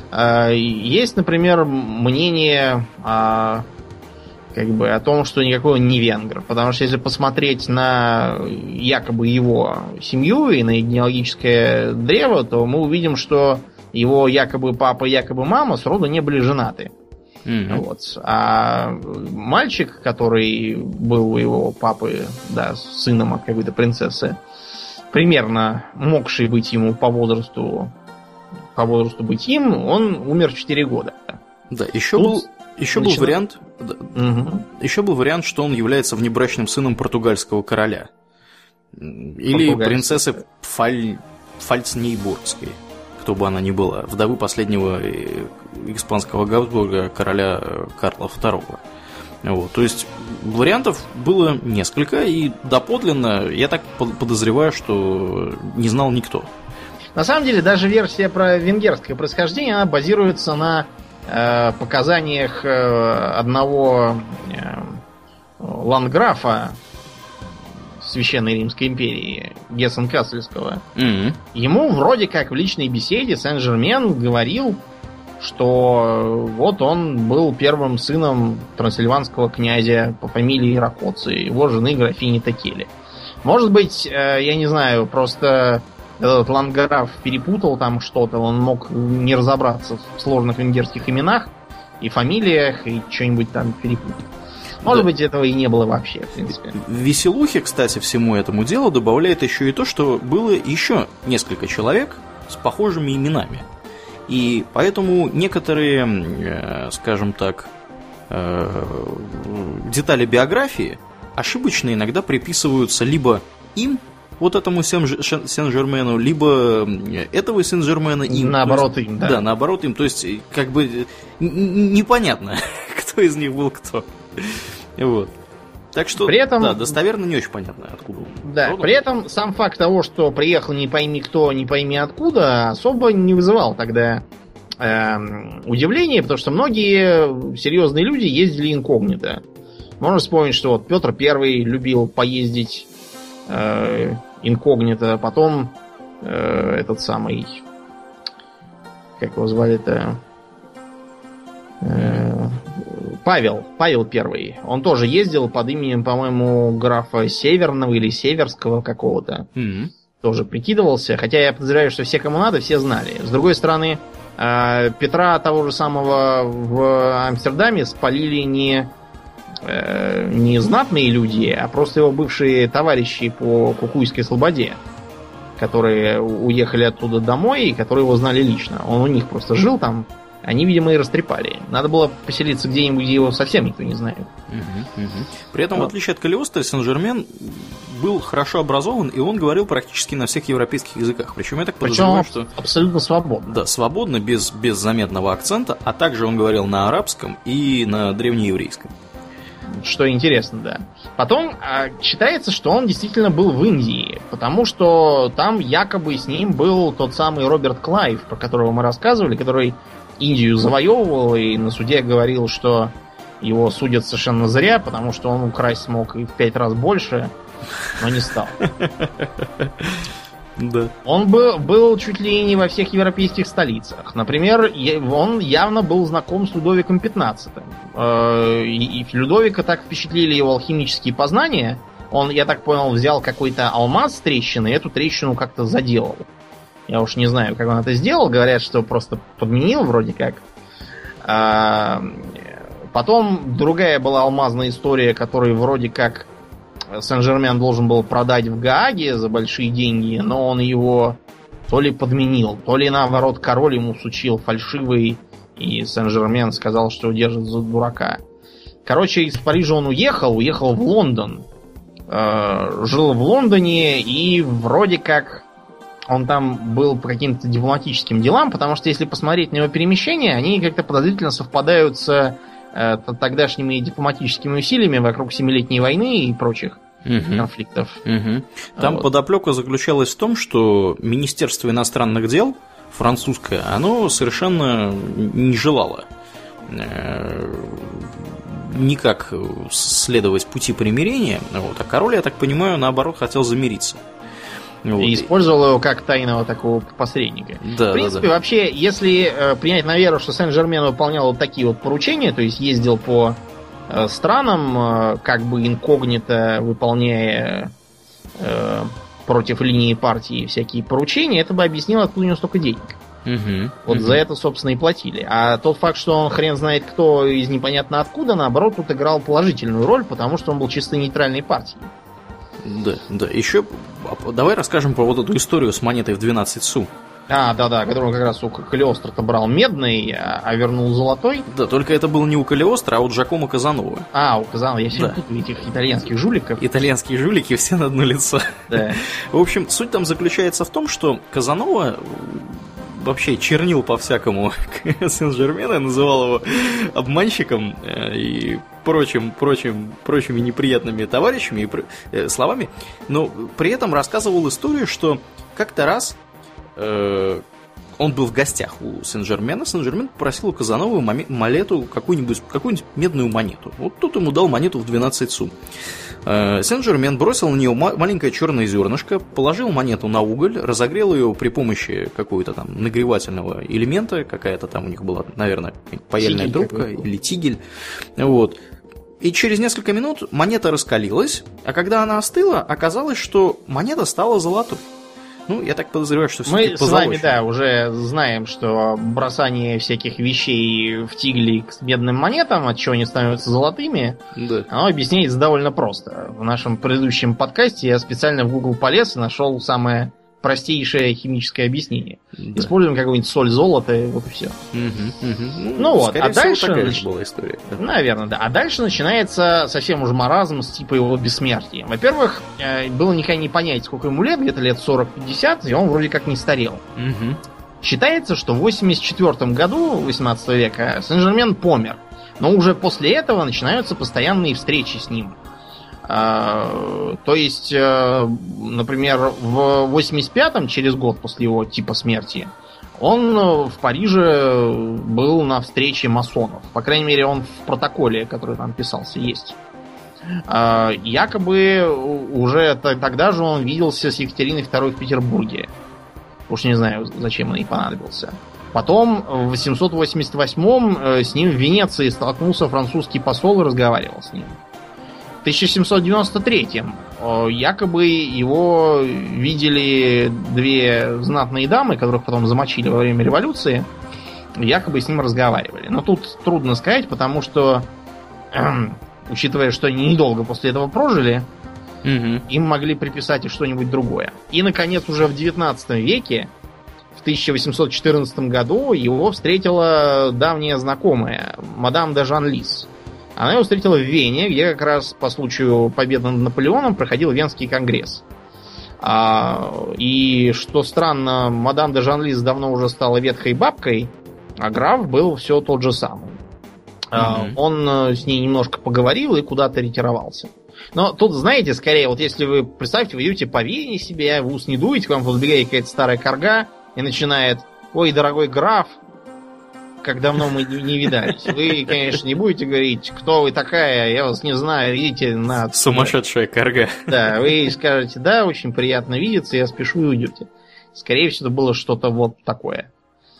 Есть, например, мнение о, как бы, о том, что никакой он не венгр. Потому что если посмотреть на якобы его семью и на генеалогическое древо, то мы увидим, что его якобы папа, якобы мама сроду не были женаты. Mm-hmm. Вот. А мальчик, который был у его папы, да, сыном от какой-то принцессы, примерно могший быть ему по возрасту, по возрасту быть им, он умер в четыре года. Да, еще Тут был, еще начина... был вариант, да, угу. еще был вариант, что он является внебрачным сыном португальского короля или принцессы Фаль... Фальцнейбургской, кто бы она ни была, вдовы последнего испанского Габсбурга, короля Карла второго. Вот, то есть вариантов было несколько, и доподлинно я так подозреваю, что не знал никто. На самом деле, даже версия про венгерское происхождение, она базируется на э, показаниях э, одного э, ландграфа Священной Римской империи, Гессен-Кассельского. Mm-hmm. Ему вроде как в личной беседе Сен-Жермен говорил, что вот он был первым сыном трансильванского князя по фамилии Ракоци, его жены графини Текели. Может быть, я не знаю, просто этот ландграф перепутал там что-то, он мог не разобраться в сложных венгерских именах и фамилиях, и что-нибудь там перепутать. Может да. быть, этого и не было вообще, в принципе. Веселухи, кстати, всему этому делу добавляет еще и то, что было еще несколько человек с похожими именами. И поэтому некоторые, скажем так, детали биографии ошибочно иногда приписываются либо им, вот этому Сен-Жермену, либо этого Сен-Жермена им. Наоборот есть, им, да. Да, наоборот им. То есть, как бы непонятно, кто из них был кто. Вот. Так что, при этом, да, достоверно не очень понятно, откуда он. Да, родом. При этом сам факт того, что приехал не пойми кто, не пойми откуда, особо не вызывал тогда э, удивления, потому что многие серьезные люди ездили инкогнито. Можно вспомнить, что вот Петр Первый любил поездить э, инкогнито, потом э, этот самый, как его звали-то, э, Павел, Павел Первый. Он тоже ездил под именем, по-моему, графа Северного или Северского какого-то. Mm-hmm. Тоже прикидывался. Хотя я подозреваю, что все, кому надо, все знали. С другой стороны, Петра того же самого в Амстердаме спалили не, не знатные люди, а просто его бывшие товарищи по Кукуйской слободе, которые уехали оттуда домой и которые его знали лично. Он у них просто жил там. Они, видимо, и растрепали. Надо было поселиться где-нибудь, где его совсем никто не знает. Угу, угу. При этом, вот. В отличие от Калиостро, Сен-Жермен был хорошо образован, и он говорил практически на всех европейских языках. Причем я так подозреваю, Причем что... абсолютно свободно. Да, свободно, без, без заметного акцента, а также он говорил на арабском и на древнееврейском. Что интересно, да. Потом а, считается, что он действительно был в Индии, потому что там якобы с ним был тот самый Роберт Клайв, про которого мы рассказывали, который Индию завоевывал и на суде говорил, что его судят совершенно зря, потому что он украсть смог и в пять раз больше, но не стал. Да. Он был, был чуть ли не во всех европейских столицах. Например, он явно был знаком с Людовиком пятнадцатым. И Людовика так впечатлили его алхимические познания. Он, я так понял, взял какой-то алмаз с трещины и эту трещину как-то заделал. Я уж не знаю, как он это сделал. Говорят, что просто подменил вроде как. А, потом другая была алмазная история, которую вроде как Сен-Жермен должен был продать в Гааге за большие деньги, но он его то ли подменил, то ли наоборот король ему сучил фальшивый, и Сен-Жермен сказал, что держит за дурака. Короче, из Парижа он уехал, уехал в Лондон. Э, жил в Лондоне, и вроде как он там был по каким-то дипломатическим делам, потому что если посмотреть на его перемещения, они как-то подозрительно совпадают с э, тогдашними дипломатическими усилиями вокруг Семилетней войны и прочих угу. конфликтов. Угу. Там вот. Подоплека заключалась в том, что Министерство иностранных дел французское, оно совершенно не желало э, никак следовать пути примирения, вот, а король, я так понимаю, наоборот, хотел замириться. Вот. И использовал его как тайного такого посредника. Да, в принципе, да, да. вообще, если э, принять на веру, что Сен-Жермен выполнял вот такие вот поручения, то есть ездил по э, странам, э, как бы инкогнито выполняя э, против линии партии всякие поручения, это бы объяснило, откуда у него столько денег. Угу, вот угу. за это, собственно, и платили. А тот факт, что он хрен знает кто из непонятно откуда, наоборот, тут играл положительную роль, потому что он был чисто нейтральной партией. Да, да. Еще давай расскажем про вот эту историю с монетой в двенадцать су. А, да-да, которую как раз у Калиостро-то брал медный, а вернул золотой. Да, только это было не у Калиостро, а у Джакомо Казановы. А, у Казанова, я всегда да. путаю этих итальянских жуликов. Итальянские жулики все на одно лицо. Да. В общем, суть там заключается в том, что Казанова вообще чернил по-всякому Сен-Жермена, называл его обманщиком и прочим, прочим, прочими неприятными товарищами и э, словами, но при этом рассказывал историю, что как-то раз э, он был в гостях у Сен-Жермена, Сен-Жермен попросил у Казановы монету, какую-нибудь, какую-нибудь медную монету. Вот тут ему дал монету в двенадцать су. Сен-Жермен бросил на нее маленькое черное зернышко, положил монету на уголь, разогрел ее при помощи какого-то там нагревательного элемента, какая-то там у них была, наверное, паяльная тигель трубка какой-то. Или тигель. Вот. И через несколько минут монета раскалилась, а когда она остыла, оказалось, что монета стала золотой. Ну, я так подозреваю, что все-таки Мы с вами, да, уже знаем, что бросание всяких вещей в тигли к медным монетам, от чего они становятся золотыми, да. оно объясняется довольно просто. В нашем предыдущем подкасте я специально в Google полез и нашел самое простейшее химическое объяснение. Да. Используем какую-нибудь соль золота, и вот и все. Угу, угу. Ну, Ну вот, скорее а всего, дальше такая нач... же была история. Да. Наверное, да. А дальше начинается совсем уже маразм с типа его бессмертия. Во-первых, было никогда не понять, сколько ему лет, где-то лет сорок-пятьдесят, и он вроде как не старел. Угу. Считается, что в восемьдесят четвёртом году восемнадцатого века Сен-Жермен помер. Но уже после этого начинаются постоянные встречи с ним. А, то есть, например, в восемьдесят пятом, через год после его типа смерти, он в Париже был на встрече масонов. По крайней мере, он в протоколе, который там писался, есть. А, якобы уже тогда же он виделся с Екатериной второй в Петербурге. Уж не знаю, зачем он ей понадобился. Потом в восемьсот восемьдесят восьмом с ним в Венеции столкнулся французский посол и разговаривал с ним. В тысяча семьсот девяносто третьем якобы его видели две знатные дамы, которых потом замочили во время революции, якобы с ним разговаривали. Но тут трудно сказать, потому что, учитывая, что они недолго после этого прожили, угу. им могли приписать и что-нибудь другое. И, наконец, уже в девятнадцатом веке, в тысяча восемьсот четырнадцатом году, его встретила давняя знакомая, мадам де Жанлис. Она его встретила в Вене, где как раз по случаю победы над Наполеоном проходил Венский конгресс. А, и, что странно, мадам де Жанлис давно уже стала ветхой бабкой, а граф был все тот же самый. А, mm-hmm. Он с ней немножко поговорил и куда-то ретировался. Но тут, знаете, скорее, вот если вы, представьте, вы идете по Вене себе, в ус не дуете, к вам подбегает какая-то старая карга и начинает: ой, дорогой граф, как давно мы не видались. Вы, конечно, не будете говорить, кто вы такая, я вас не знаю, идите на... Сумасшедшая карга. Да, вы скажете: да, очень приятно видеться, я спешу, и уйдете. Скорее всего, это было что-то вот такое.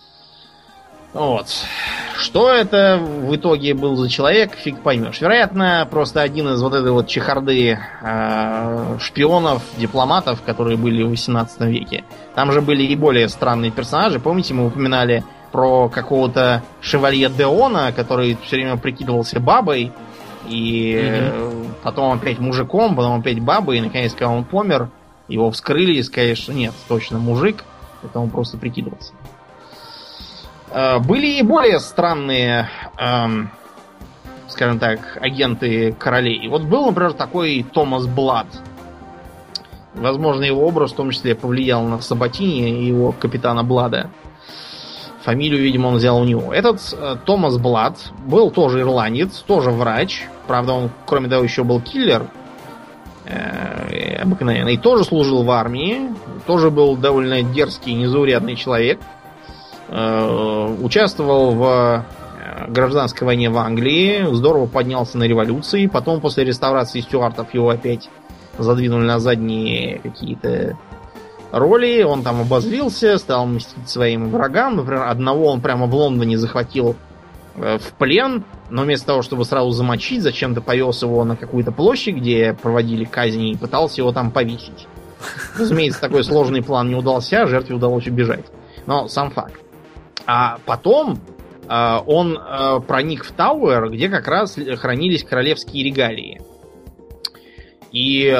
Вот. Что это в итоге был за человек, фиг поймешь. Вероятно, просто один из вот этой вот чехарды э, шпионов, дипломатов, которые были в восемнадцатом веке. Там же были и более странные персонажи. Помните, мы упоминали про какого-то шевалье Деона, который все время прикидывался бабой, и mm-hmm. потом опять мужиком, потом опять бабой, и наконец, когда он помер, его вскрыли и сказали, что нет, точно мужик, это он просто прикидывался. Были и более странные, эм, скажем так, агенты королей. Вот был, например, такой Томас Блад. Возможно, его образ в том числе повлиял на Сабатини и его капитана Блада. Фамилию, видимо, он взял у него. Этот э, Томас Блад был тоже ирландец, тоже врач. Правда, он, кроме того, еще был киллер. Э, обыкновенный. И тоже служил в армии. Тоже был довольно дерзкий, незаурядный человек. Э, участвовал в гражданской войне в Англии. Здорово поднялся на революции. Потом, после реставрации стюартов, его опять задвинули на задние какие-то роли, он там обозлился, стал мстить своим врагам. Например, одного он прямо в Лондоне захватил э, в плен, но вместо того, чтобы сразу замочить, зачем-то повез его на какую-то площадь, где проводили казни, и пытался его там повесить. Разумеется, такой сложный план не удался, жертве удалось убежать. Но сам факт. А потом э, он э, проник в Тауэр, где как раз хранились королевские регалии. И э,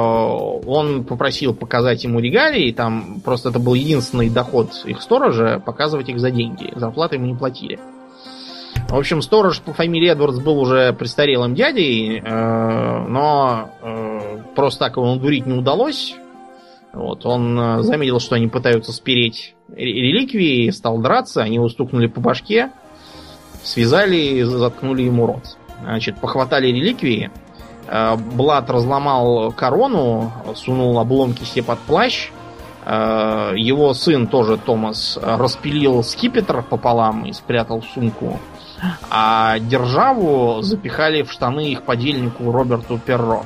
он попросил показать ему регалии. Там просто это был единственный доход их сторожа, показывать их за деньги. Зарплаты ему не платили. В общем, сторож по фамилии Эдвардс был уже престарелым дядей, э, но э, просто так его надурить не удалось. Вот, он э, заметил, что они пытаются спереть реликвии, стал драться, они его стукнули по башке, связали и заткнули ему рот. Значит, похватали реликвии, э, Блад разломал корону, сунул обломки себе под плащ, э, его сын тоже, Томас, распилил скипетр пополам и спрятал в сумку, а державу запихали в штаны их подельнику Роберту Перро.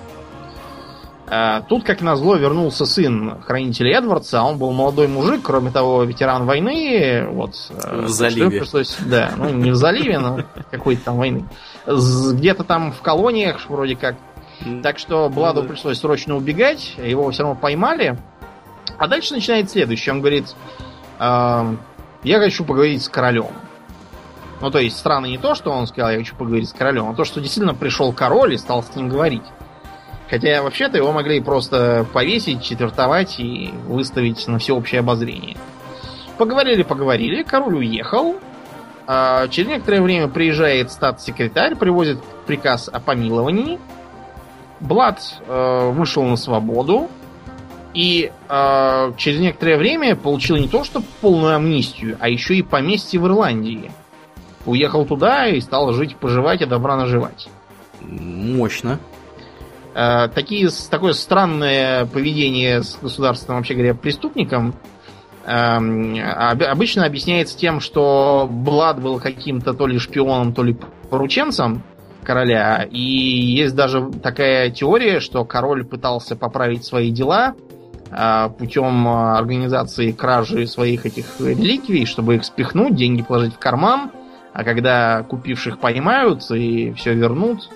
Тут, как назло, вернулся сын хранителя Эдвардса, а он был молодой мужик, кроме того, ветеран войны. Вот, в заливе. Пришлось, да, ну не в заливе, но какой-то там войны. Где-то там в колониях, вроде как. Так что Бладу ну, да. пришлось срочно убегать, его все равно поймали. А дальше начинает следующее. Он говорит, э, я хочу поговорить с королем. Ну, то есть, странно не то, что он сказал, я хочу поговорить с королем, а то, что действительно пришел король и стал с ним говорить. Хотя, вообще-то, его могли просто повесить, четвертовать и выставить на всеобщее обозрение. Поговорили-поговорили, король уехал. А через некоторое время приезжает статс-секретарь, привозит приказ о помиловании. Блад э, вышел на свободу. И э, через некоторое время получил не то что полную амнистию, а еще и поместье в Ирландии. Уехал туда и стал жить-поживать и добра наживать. Мощно. Э, такие, такое странное поведение с государственным, вообще говоря, преступником э, обычно объясняется тем, что Блад был каким-то то ли шпионом, то ли порученцем короля. И есть даже такая теория, что король пытался поправить свои дела э, путем организации кражи своих этих реликвий, чтобы их спихнуть, деньги положить в карман. А когда купивших поймают и все вернут,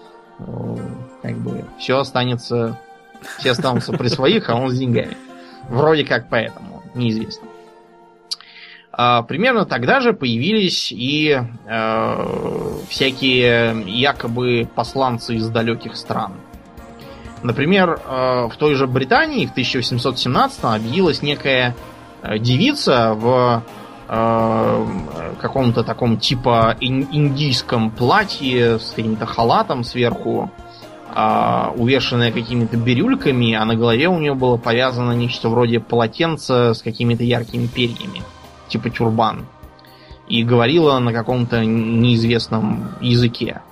как бы все останется, все останутся при своих, а он с деньгами. Вроде как поэтому, неизвестно. А, примерно тогда же появились и э, всякие якобы посланцы из далеких стран. Например, э, в той же Британии в тысяча восемьсот семнадцатом объявилась некая э, девица в каком-то таком типа индийском платье с каким-то халатом сверху, увешанная какими-то бирюльками, а на голове у нее было повязано нечто вроде полотенца с какими-то яркими перьями, типа тюрбан. И говорила на каком-то неизвестном языке.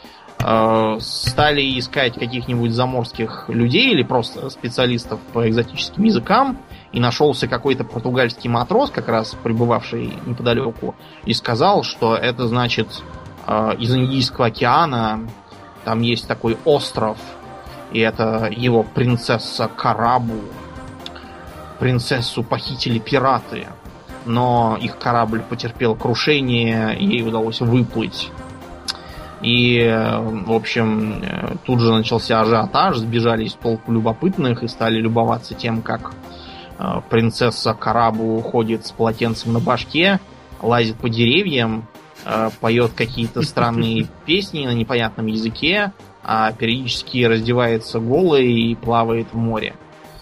Стали искать каких-нибудь заморских людей или просто специалистов по экзотическим языкам, и нашелся какой-то португальский матрос, как раз пребывавший неподалеку, и сказал, что это значит э, из Индийского океана там есть такой остров, и это его принцесса Карабу. Принцессу похитили пираты, но их корабль потерпел крушение, и ей удалось выплыть. И, в общем, тут же начался ажиотаж, сбежались толпы любопытных и стали любоваться тем, как принцесса Карабу ходит с полотенцем на башке, лазит по деревьям, поет какие-то странные песни на непонятном языке, а периодически раздевается голой и плавает в море.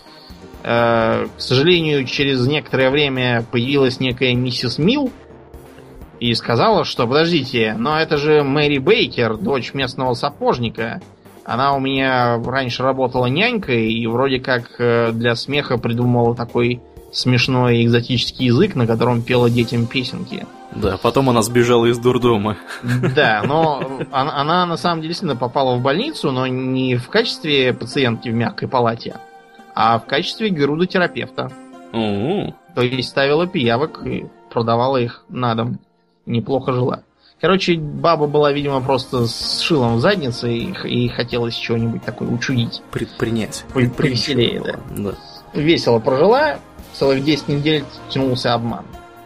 К сожалению, через некоторое время появилась некая миссис Милл и сказала, что подождите, но это же Мэри Бейкер, дочь местного сапожника. Она у меня раньше работала нянькой и вроде как для смеха придумала такой смешной экзотический язык, на котором пела детям песенки. Да, потом она сбежала из дурдома. Да, но она, она на самом деле действительно попала в больницу, но не в качестве пациентки в мягкой палате, а в качестве герудотерапевта. У-у-у. То есть ставила пиявок и продавала их на дом. Неплохо жила. Короче, баба была, видимо, просто с шилом в заднице и, и хотелось чего-нибудь такое учудить. Предпринять. Повеселее, да. да. Весело прожила, целых десять недель тянулся обман.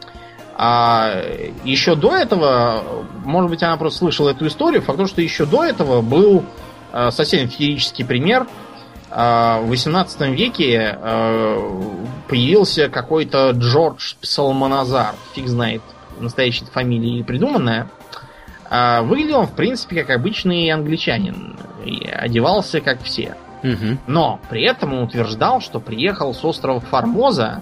А еще до этого, может быть, она просто слышала эту историю, факт то, что еще до этого был э, совсем феерический пример. Э, в восемнадцатом веке э, появился какой-то Джордж Псалманазар, фиг знает, настоящая фамилия или придуманная. Выглядел он, в принципе, как обычный англичанин. И одевался, как все. Угу. Но при этом он утверждал, что приехал с острова Формоза,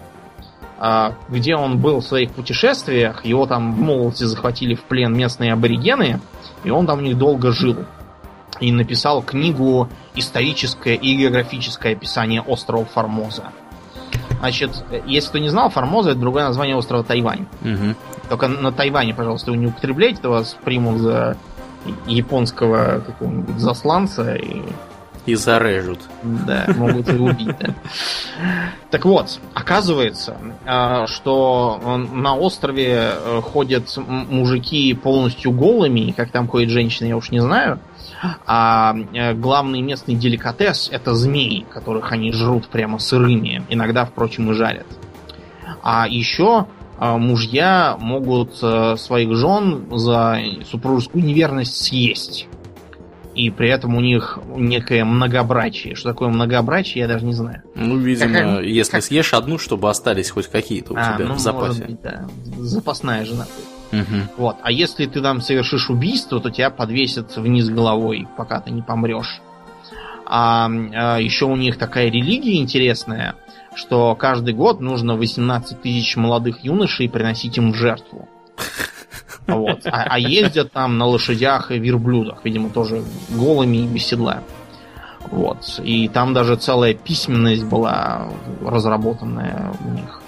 где он был в своих путешествиях. Его там в молодости захватили в плен местные аборигены, и он там у них долго жил. И написал книгу «Историческое и географическое описание острова Формоза». Значит, если кто не знал, Формоза — это другое название острова Тайвань. Угу. Только на Тайване, пожалуйста, вы не употребляйте, то вас примут за японского какого-нибудь засланца и... И зарежут. Да, могут и убить, да. Так вот, оказывается, что на острове ходят мужики полностью голыми, как там ходят женщины, я уж не знаю. А главный местный деликатес — это змеи, которых они жрут прямо сырыми. Иногда, впрочем, и жарят. А еще мужья могут своих жен за супружескую неверность съесть. И при этом у них некое многобрачие. Что такое многобрачие, я даже не знаю. Ну, видимо, как, если как... съешь одну, чтобы остались хоть какие-то у а, тебя ну, в запасе. Может быть, да. Запасная жена. Угу. Вот. А если ты там совершишь убийство, то тебя подвесят вниз головой, пока ты не помрешь. А, а еще у них такая религия интересная, что каждый год нужно восемнадцать тысяч молодых юношей приносить им в жертву. Вот. А, а ездят там на лошадях и верблюдах, видимо, тоже голыми и без седла. Вот. И там даже целая письменность была разработанная у них.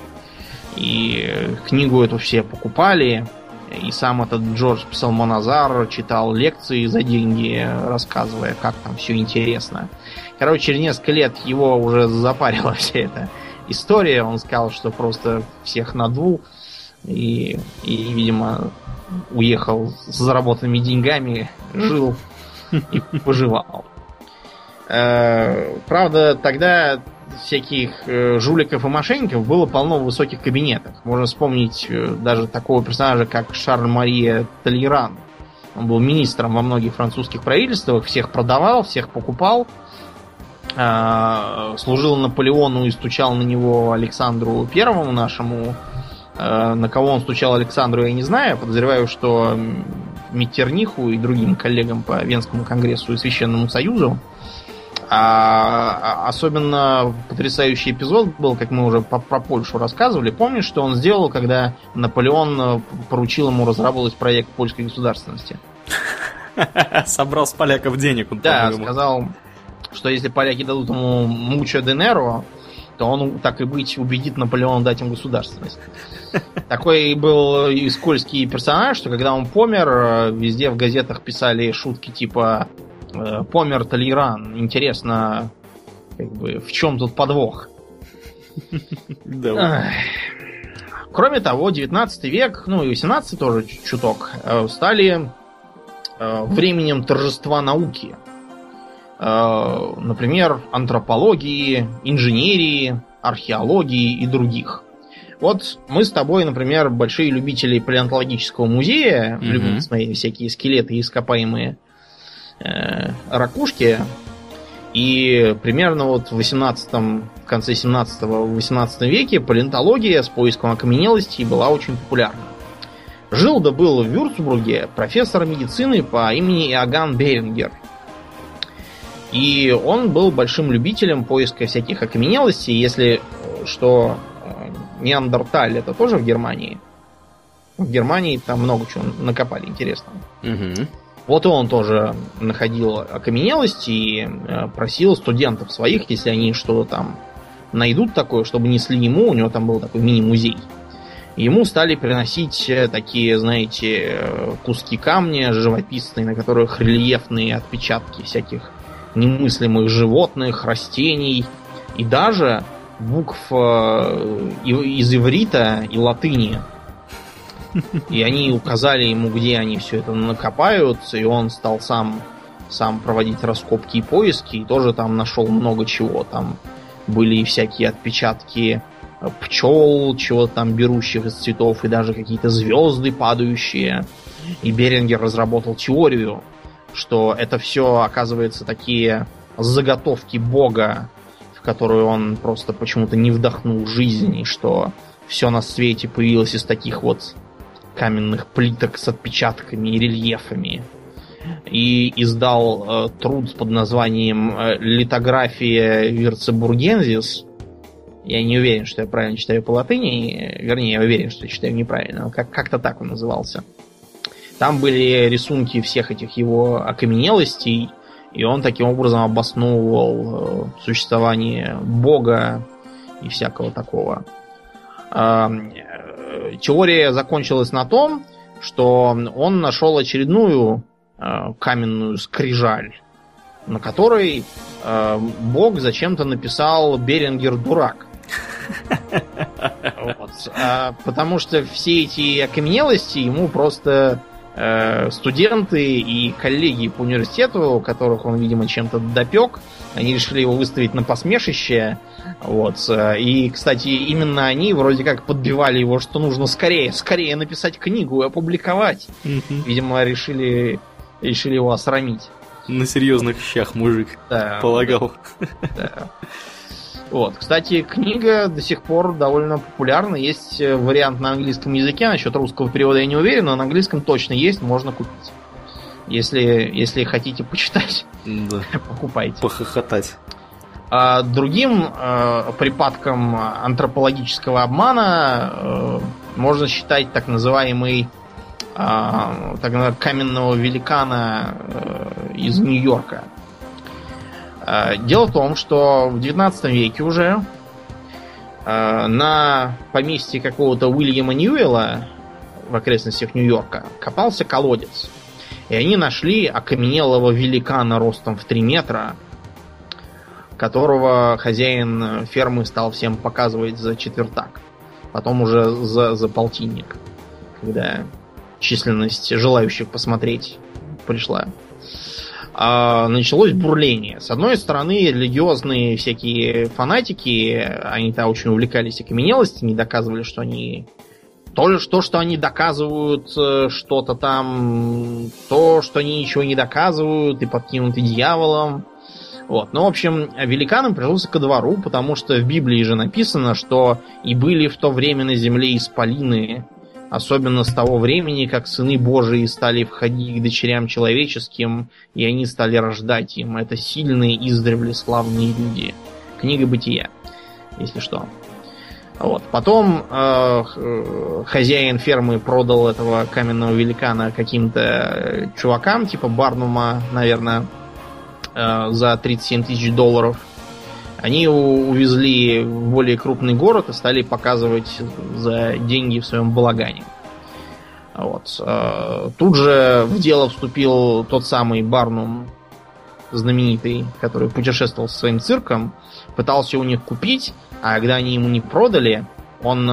И книгу эту все покупали. И сам этот Джордж Псалмоназар читал лекции за деньги, рассказывая, как там все интересно. Короче, через несколько лет его уже запарила вся эта история. Он сказал, что просто всех надул. И, и видимо, уехал с заработанными деньгами, жил и поживал. Правда, тогда всяких жуликов и мошенников было полно в высоких кабинетах. Можно вспомнить даже такого персонажа, как Шарль-Мария Толейран. Он был министром во многих французских правительствах, всех продавал, всех покупал. Служил Наполеону и стучал на него Александру Первому нашему. На кого он стучал Александру, я не знаю. Подозреваю, что Меттерниху и другим коллегам по Венскому конгрессу и Священному Союзу. А особенно потрясающий эпизод был, как мы уже про Польшу рассказывали. Помнишь, что он сделал, когда Наполеон поручил ему разработать проект польской государственности? Собрал с поляков денег. Он, да, сказал, что если поляки дадут ему мучо денеро, то он, так и быть, убедит Наполеона дать им государственность. Такой был и скользкий персонаж, что когда он помер, везде в газетах писали шутки типа «Помер Толейран». Интересно, как бы, в чем тут подвох? Кроме того, девятнадцатый век, ну и восемнадцатый тоже чуток, стали временем торжества науки. Например, антропологии, инженерии, археологии и других. Вот мы с тобой, например, большие любители палеонтологического музея, mm-hmm. любим смотреть всякие скелеты и ископаемые э, ракушки. И примерно вот в восемнадцатом, в конце семнадцатого-восемнадцатом веке палеонтология с поиском окаменелостей была очень популярна. Жил да был в Вюрцбурге профессор медицины по имени Иоганн Берингер. И он был большим любителем поиска всяких окаменелостей. Если что, Неандерталь — это тоже в Германии. В Германии там много чего накопали интересного. Угу. Вот он тоже находил окаменелости и просил студентов своих, если они что-то там найдут такое, чтобы несли ему. У него там был такой мини-музей. Ему стали приносить такие, знаете, куски камня живописные, на которых рельефные отпечатки всяких немыслимых животных, растений и даже букв из иврита и латыни. И они указали ему, где они все это накопают, и он стал сам, сам проводить раскопки и поиски, и тоже там нашел много чего. Там были и всякие отпечатки пчел, чего-то там берущих из цветов, и даже какие-то звезды падающие. И Берингер разработал теорию, что это все, оказывается, такие заготовки Бога, в которую он просто почему-то не вдохнул жизнь, и что все на свете появилось из таких вот каменных плиток с отпечатками и рельефами. И издал э, труд под названием «Литография Вирцебургензис». Я не уверен, что я правильно читаю по латыни. Вернее, я уверен, что я читаю неправильно. Как- как-то так он назывался. Там были рисунки всех этих его окаменелостей, и он таким образом обосновывал э, существование Бога и всякого такого. Э, э, теория закончилась на том, что он нашел очередную э, каменную скрижаль, на которой э, Бог зачем-то написал «Берингер дурак». Вот. А, потому что все эти окаменелости ему просто э, студенты и коллеги по университету, которых он, видимо, чем-то допек, они решили его выставить на посмешище. Вот. И, кстати, именно они вроде как подбивали его, что нужно скорее, скорее написать книгу и опубликовать. Mm-hmm. Видимо, решили, решили его осрамить. На серьезных щах мужик, да, полагал. Да. Вот. Кстати, книга до сих пор довольно популярна. Есть вариант на английском языке. Насчет русского перевода я не уверен, но на английском точно есть, можно купить. Если, если хотите почитать, да. Покупайте. Похохотать. А другим э, припадком антропологического обмана э, можно считать так называемый э, так называемый каменного великана э, из Нью-Йорка. Дело в том, что в девятнадцатом веке уже э, на поместье какого-то Уильяма Ньюэлла в окрестностях Нью-Йорка копался колодец. И они нашли окаменелого великана ростом в три метра, которого хозяин фермы стал всем показывать за четвертак. Потом уже за, за полтинник, когда численность желающих посмотреть пришла. Началось бурление. С одной стороны, религиозные всякие фанатики, они-то очень увлекались окаменелостями, доказывали, что они... То, то, что они доказывают что-то там, то, что они ничего не доказывают, и подкинуты дьяволом. Вот. Ну, в общем, великанам пришелся ко двору, потому что в Библии же написано, что и были в то время на земле исполины, особенно с того времени, как сыны Божии стали входить к дочерям человеческим, и они стали рождать им. Это сильные, издревле славные люди. Книга Бытия, если что. Вот. Потом э, хозяин фермы продал этого каменного великана каким-то чувакам, типа Барнума, наверное, э, за тридцать семь тысяч долларов. Они увезли в более крупный город и стали показывать за деньги в своем балагане. Вот. Тут же в дело вступил тот самый Барнум, знаменитый, который путешествовал со своим цирком, пытался у них купить, а когда они ему не продали, он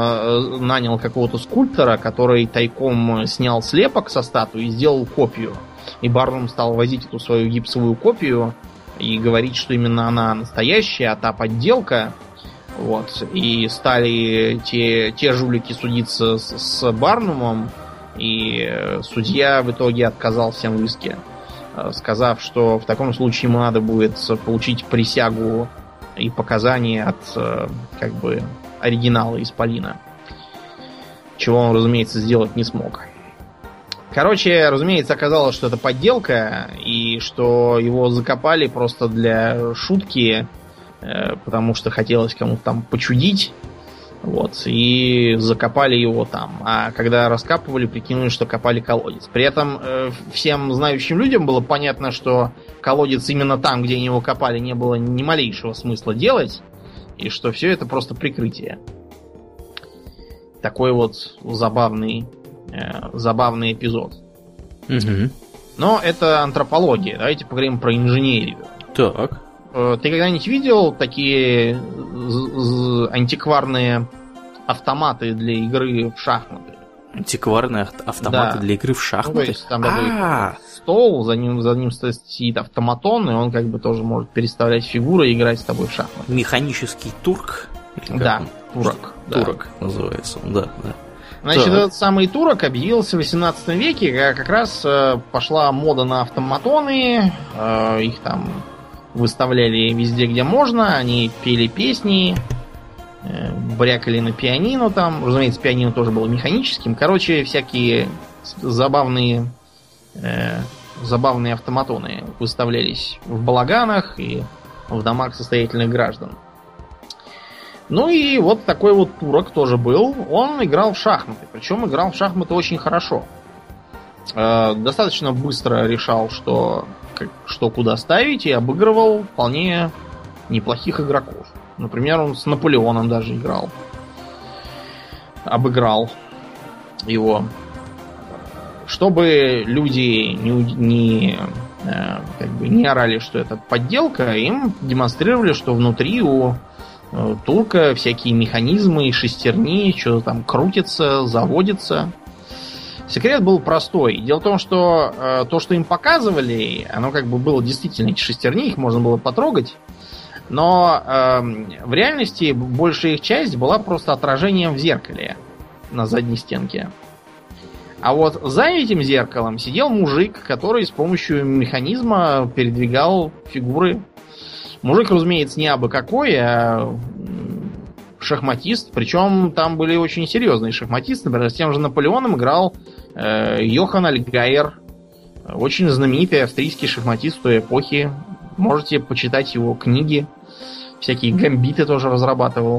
нанял какого-то скульптора, который тайком снял слепок со статуи и сделал копию. И Барнум стал возить эту свою гипсовую копию и говорить, что именно она настоящая, а та подделка. Вот. И стали те, те жулики судиться с, с Барнумом, и судья в итоге отказал всем в иске, сказав, что в таком случае ему надо будет получить присягу и показания от как бы оригинала исполина. Чего он, разумеется, сделать не смог. Короче, разумеется, оказалось, что это подделка, и что его закопали просто для шутки, э, потому что хотелось кому-то там почудить. Вот, и закопали его там. А когда раскапывали, прикинули, что копали колодец. При этом э, всем знающим людям было понятно, что колодец именно там, где они его копали, не было ни малейшего смысла делать, и что все это просто прикрытие. Такой вот забавный... забавный эпизод. Угу. Но это антропология. Давайте поговорим про инженерию. Так. Ты когда-нибудь видел такие антикварные автоматы для игры в шахматы? Антикварные автоматы, да, для игры в шахматы? Ну, то есть там такой стол, за ним, за ним сидит автоматон, и он как бы тоже может переставлять фигуры и играть с тобой в шахматы. Механический турк? Да, турок. Турок да. называется он, да, да. Значит, да. Этот самый турок объявился в восемнадцатом веке, когда как раз э, пошла мода на автоматоны, э, их там выставляли везде, где можно, они пели песни, э, брякали на пианино там. Разумеется, пианино тоже было механическим. Короче, всякие забавные, э, забавные автоматоны выставлялись в балаганах и в домах состоятельных граждан. Ну и вот такой вот турок тоже был. Он играл в шахматы. Причем играл в шахматы очень хорошо. Э, достаточно быстро решал, что, как, что куда ставить, и обыгрывал вполне неплохих игроков. Например, он с Наполеоном даже играл. Обыграл его. Чтобы люди не, не, э, как бы не орали, что это подделка, им демонстрировали, что внутри у турка всякие механизмы и шестерни, что-то там крутится, заводится. Секрет был простой. Дело в том, что э, то, что им показывали, оно как бы было действительно эти шестерни, их можно было потрогать, но э, в реальности большая их часть была просто отражением в зеркале на задней стенке. А вот за этим зеркалом сидел мужик, который с помощью механизма передвигал фигуры. Мужик, разумеется, не абы какой, а шахматист. Причем там были очень серьезные шахматисты. Например, с тем же Наполеоном играл э, Йохан Альгайер. Очень знаменитый австрийский шахматист той эпохи. Можете почитать его книги. Всякие гамбиты тоже разрабатывал.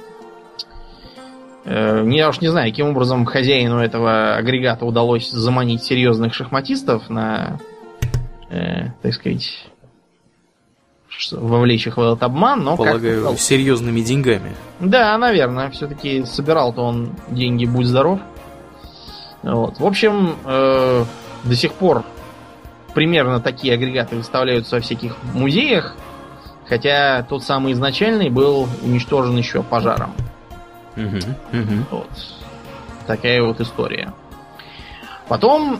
Э, я уж не знаю, каким образом хозяину этого агрегата удалось заманить серьезных шахматистов на, э, так сказать... вовлечь их в этот обман, но полагаю, как-то... серьезными деньгами. Да, наверное. Все-таки собирал-то он деньги, будь здоров. Вот. В общем, э, до сих пор примерно такие агрегаты выставляются во всяких музеях, хотя тот самый изначальный был уничтожен еще пожаром. Угу, угу. Вот. Такая вот история. Потом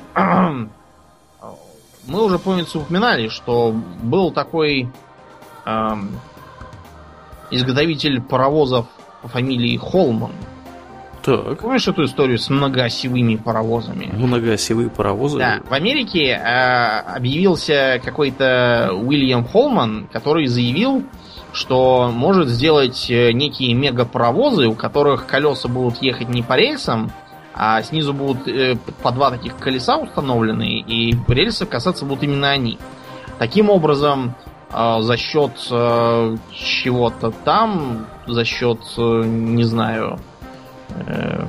мы уже, помнится, упоминали, что был такой эм, изготовитель паровозов по фамилии Холман. Так. Помнишь эту историю с многоосевыми паровозами? Многоосевые паровозы? Да. В Америке э, объявился какой-то Уильям Холман, который заявил, что может сделать некие мегапаровозы, у которых колеса будут ехать не по рельсам, а снизу будут э, по два таких колеса установлены, и рельсы касаться будут именно они. Таким образом, э, за счет э, чего-то там, за счет, э, не знаю... Э,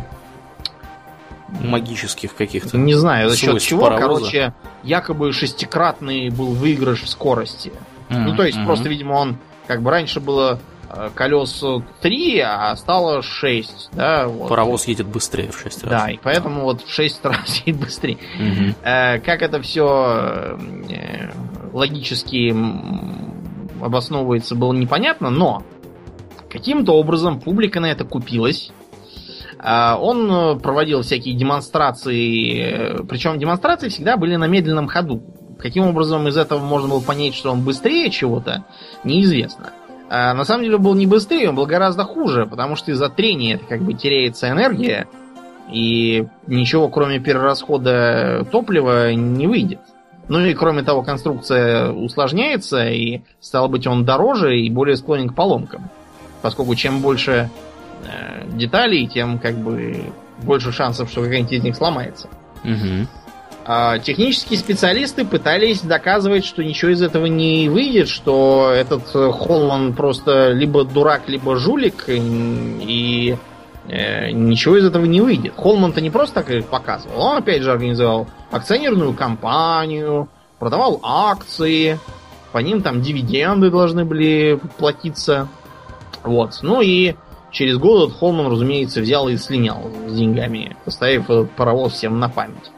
магических каких-то... Не знаю, за счет чего, паровоза. Короче, якобы шестикратный был выигрыш в скорости. Mm-hmm. Ну, то есть, mm-hmm. просто, видимо, он... Как бы раньше было колес три, а стало шесть, да, вот. Паровоз едет быстрее в шесть раз. Да, и поэтому да. вот в шесть раз едет быстрее. Угу. Э, как это все э, логически обосновывается, было непонятно, но каким-то образом публика на это купилась. Э, он проводил всякие демонстрации, причем демонстрации всегда были на медленном ходу. Каким образом из этого можно было понять, что он быстрее чего-то, неизвестно. А на самом деле он был не быстрее, он был гораздо хуже, потому что из-за трения как бы теряется энергия, и ничего кроме перерасхода топлива не выйдет. Ну и кроме того, конструкция усложняется, и стало быть, он дороже и более склонен к поломкам. Поскольку чем больше э, деталей, тем как бы больше шансов, что какая-нибудь из них сломается. Угу. А технические специалисты пытались доказывать, что ничего из этого не выйдет, что этот Холман просто либо дурак, либо жулик, и э, ничего из этого не выйдет. Холман-то не просто так их показывал, он опять же организовал акционерную компанию, продавал акции, по ним там дивиденды должны были платиться. Вот. Ну и через год этот Холман, разумеется, взял и слинял с деньгами, поставив этот паровоз всем на память.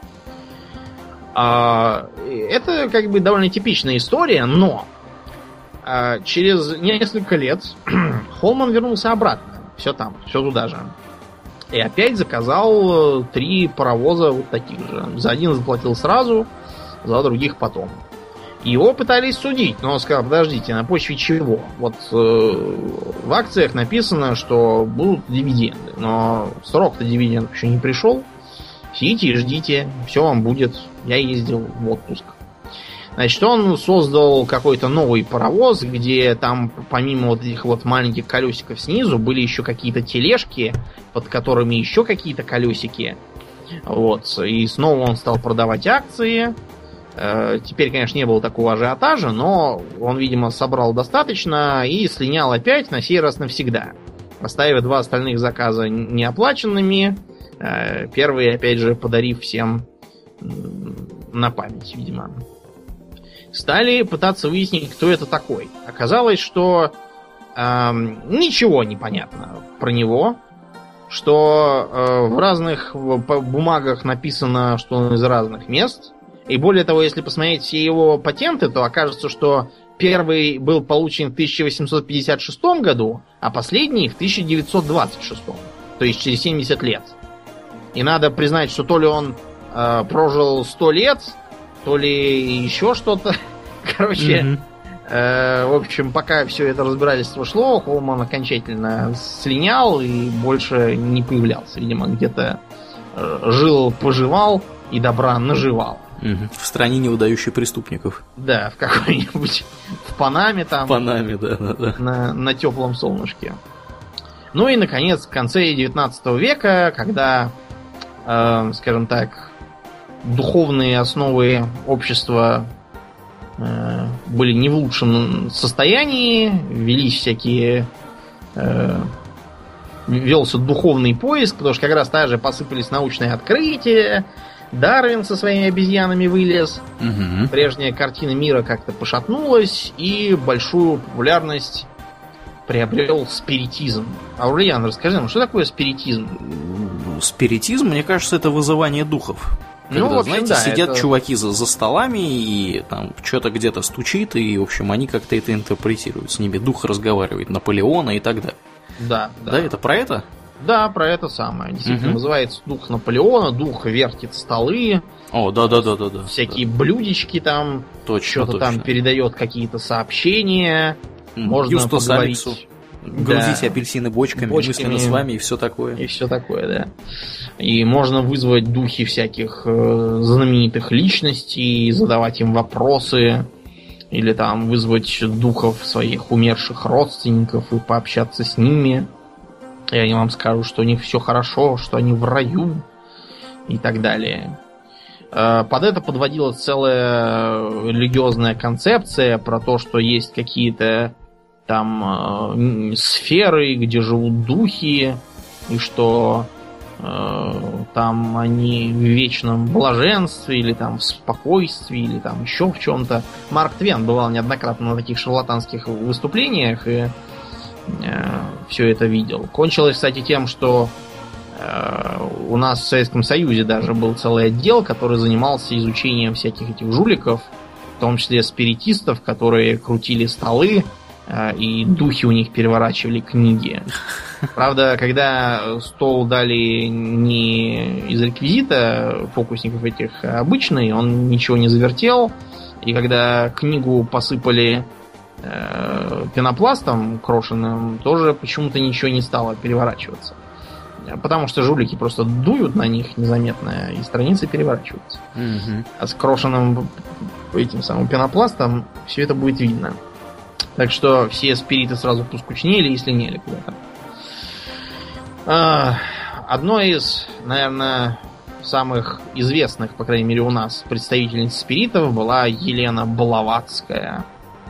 Это как бы довольно типичная история, но через несколько лет Холман вернулся обратно. Все там, все туда же. И опять заказал три паровоза вот таких же. За один заплатил сразу, за других потом. Его пытались судить, но он сказал, подождите, на почве чего? Вот э, в акциях написано, что будут дивиденды, но срок-то дивидендов еще не пришел. Сидите и ждите, все вам будет. Я ездил в отпуск. Значит, он создал какой-то новый паровоз, где там помимо вот этих вот маленьких колесиков снизу были еще какие-то тележки, под которыми еще какие-то колесики. Вот. И снова он стал продавать акции. Теперь, конечно, не было такого ажиотажа, но он, видимо, собрал достаточно и слинял опять, на сей раз навсегда. Оставив два остальных заказа неоплаченными. Первый, опять же, подарив всем на память, видимо. Стали пытаться выяснить, кто это такой. Оказалось, что э, ничего не понятно про него, что э, в разных бумагах написано, что он из разных мест. И более того, если посмотреть все его патенты, то окажется, что первый был получен в тысяча восемьсот пятьдесят шестом году, а последний в тысяча девятьсот двадцать шестом. То есть через семьдесят лет. И надо признать, что то ли он э, прожил сто лет, то ли еще что-то. Короче, mm-hmm. э, в общем, пока все это разбирательство шло, Холман окончательно слинял и больше не появлялся. Видимо, где-то э, жил, поживал и добра наживал. Mm-hmm. В стране неудающих преступников. Да, в какой-нибудь в Панаме там. В Панаме, да, да, да. На, на теплом солнышке. Ну и, наконец, в конце девятнадцатого века, когда, э, скажем так, духовные основы общества э, были не в лучшем состоянии, велись всякие... Э, велся духовный поиск, потому что как раз также посыпались научные открытия, Дарвин со своими обезьянами вылез, угу. Прежняя картина мира как-то пошатнулась, и большую популярность приобрел спиритизм. Аурлиан, расскажи нам, что такое спиритизм? Спиритизм, мне кажется, это вызывание духов. Когда, ну, в общем, знаете, да, сидят это... чуваки за, за столами и там что-то где-то стучит, и, в общем, они как-то это интерпретируют. С ними дух разговаривает, Наполеона и так далее. Да, да. Да, это про это? Да, про это самое. Действительно, угу. Называется дух Наполеона, дух вертит столы. О, да-да-да-да. Всякие да. блюдечки там. Точно, что-то точно. Там передает какие-то сообщения. Можно Юстус поговорить. Алексу. Грузите да. апельсины бочками, бочками, мысленно с вами и все такое. И все такое, да. И можно вызвать духи всяких э, знаменитых личностей, задавать им вопросы. Или там вызвать духов своих умерших родственников и пообщаться с ними. И они вам скажут, что у них все хорошо, что они в раю и так далее. Под это подводилась целая религиозная концепция про то, что есть какие-то там э, сферы, где живут духи, и что э, там они в вечном блаженстве, или там в спокойствии, или там еще в чем-то. Марк Твен бывал неоднократно на таких шарлатанских выступлениях и э, все это видел. Кончилось, кстати, тем, что э, у нас в Советском Союзе даже был целый отдел, который занимался изучением всяких этих жуликов, в том числе спиритистов, которые крутили столы, и духи у них переворачивали книги. Правда, когда стол дали не из реквизита фокусников этих, а обычный, он ничего не завертел. И когда книгу посыпали э, пенопластом крошенным, тоже почему-то ничего не стало переворачиваться. Потому что жулики просто дуют на них незаметно, и страницы переворачиваются. Mm-hmm. А с крошенным этим самым пенопластом все это будет видно. Так что все спириты сразу поскучнели и слиняли куда-то. Одно из, наверное, самых известных, по крайней мере у нас, представительниц спиритов была Елена Блаватская.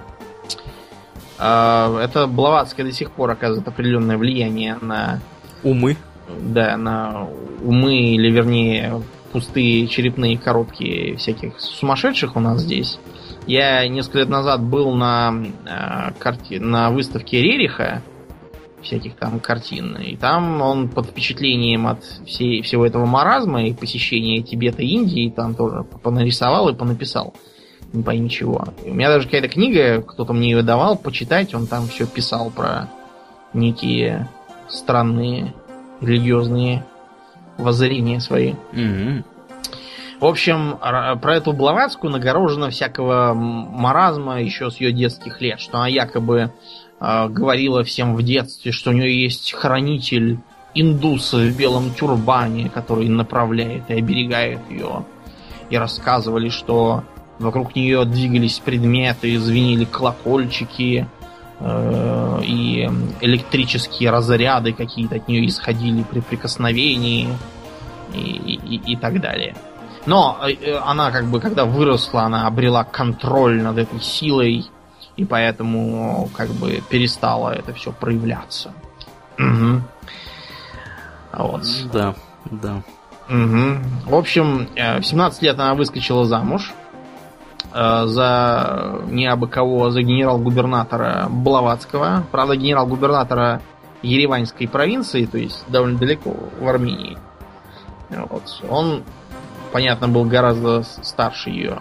Эта Блаватская до сих пор оказывает определенное влияние на... Умы. Да, на умы, или вернее, пустые черепные коробки всяких сумасшедших у нас здесь. Я несколько лет назад был на, э, карти... на выставке Рериха, всяких там картин, и там он под впечатлением от всей... всего этого маразма и посещения Тибета и Индии там тоже понарисовал и понаписал. Не пойми чего. И у меня даже какая-то книга, кто-то мне ее давал почитать, он там все писал про некие странные религиозные воззрения свои. Mm-hmm. В общем, про эту Блаватскую нагорожено всякого маразма еще с ее детских лет, что она якобы э, говорила всем в детстве, что у нее есть хранитель индуса в белом тюрбане, который направляет и оберегает ее. И рассказывали, что вокруг нее двигались предметы, звенели колокольчики, э, и электрические разряды какие-то от нее исходили при прикосновении, и, и, и так далее. Но э, она как бы, когда выросла, она обрела контроль над этой силой, и поэтому как бы перестало это все проявляться. Угу. Вот. Да, да. Угу. В общем, в семнадцать лет она выскочила замуж э, за не абы кого, за генерал-губернатора Блаватского. Правда, генерал-губернатора Ереванской провинции, то есть довольно далеко в Армении. Вот. Он, понятно, был гораздо старше ее.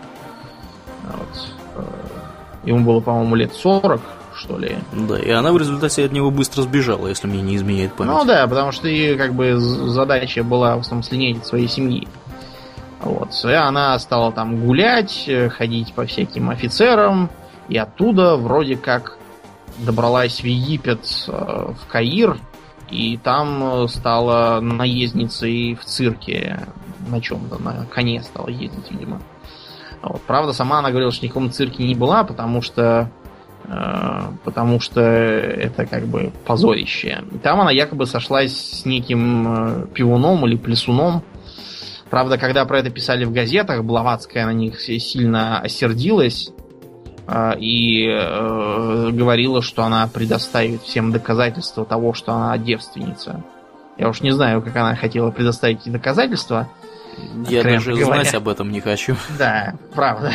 Вот. Ему было, по-моему, лет сорок, что ли. Да, и она в результате от него быстро сбежала, если мне не изменяет память. Ну да, потому что ее как бы задача была в основном слинять от своей семьи. Вот. И она стала там гулять, ходить по всяким офицерам, и оттуда вроде как добралась в Египет, в Каир, и там стала наездницей в цирке на чем-то, на коне стала ездить, видимо. Вот. Правда, сама она говорила, что ни в каком цирке не была, потому что э, потому что это как бы позорище. И там она якобы сошлась с неким э, пивуном или плясуном. Правда, когда про это писали в газетах, Блаватская на них сильно осердилась э, и э, говорила, что она предоставит всем доказательства того, что она девственница. Я уж не знаю, как она хотела предоставить эти доказательства. Я даже говоря. знать об этом не хочу. Да, правда.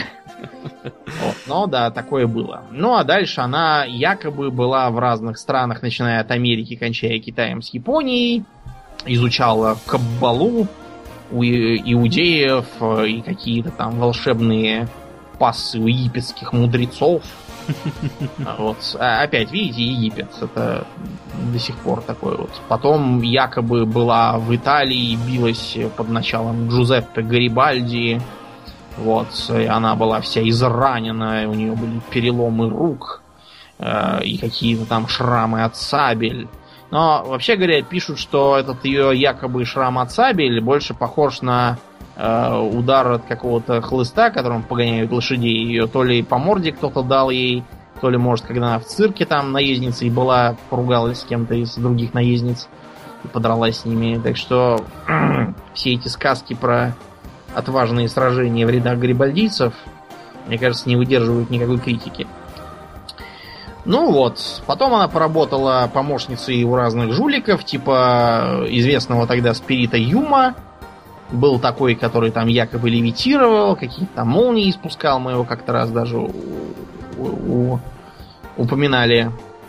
Вот, но да, такое было. Ну а дальше она якобы была в разных странах, начиная от Америки, кончая Китаем с Японией, изучала каббалу у иудеев и какие-то там волшебные пассы у египетских мудрецов. Вот. А опять, видите, Египет, это до сих пор такой вот. Потом якобы была в Италии, билась под началом Джузеппе Гарибальди. Вот. И она была вся изранена, у нее были переломы рук э, и какие-то там шрамы от сабель. Но вообще говоря, пишут, что этот ее якобы шрам от сабель больше похож на э, удар от какого-то хлыста, которым погоняют лошадей. Ее то ли по морде кто-то дал ей, то ли, может, когда она в цирке там наездницей была, поругалась с кем-то из других наездниц и подралась с ними. Так что все эти сказки про отважные сражения в рядах гарибальдийцев, мне кажется, не выдерживают никакой критики. Ну вот, потом она поработала помощницей у разных жуликов, типа известного тогда Спирита Юма. Был такой, который там якобы левитировал, какие-то там молнии испускал, мы его как-то раз даже у, у, упоминали.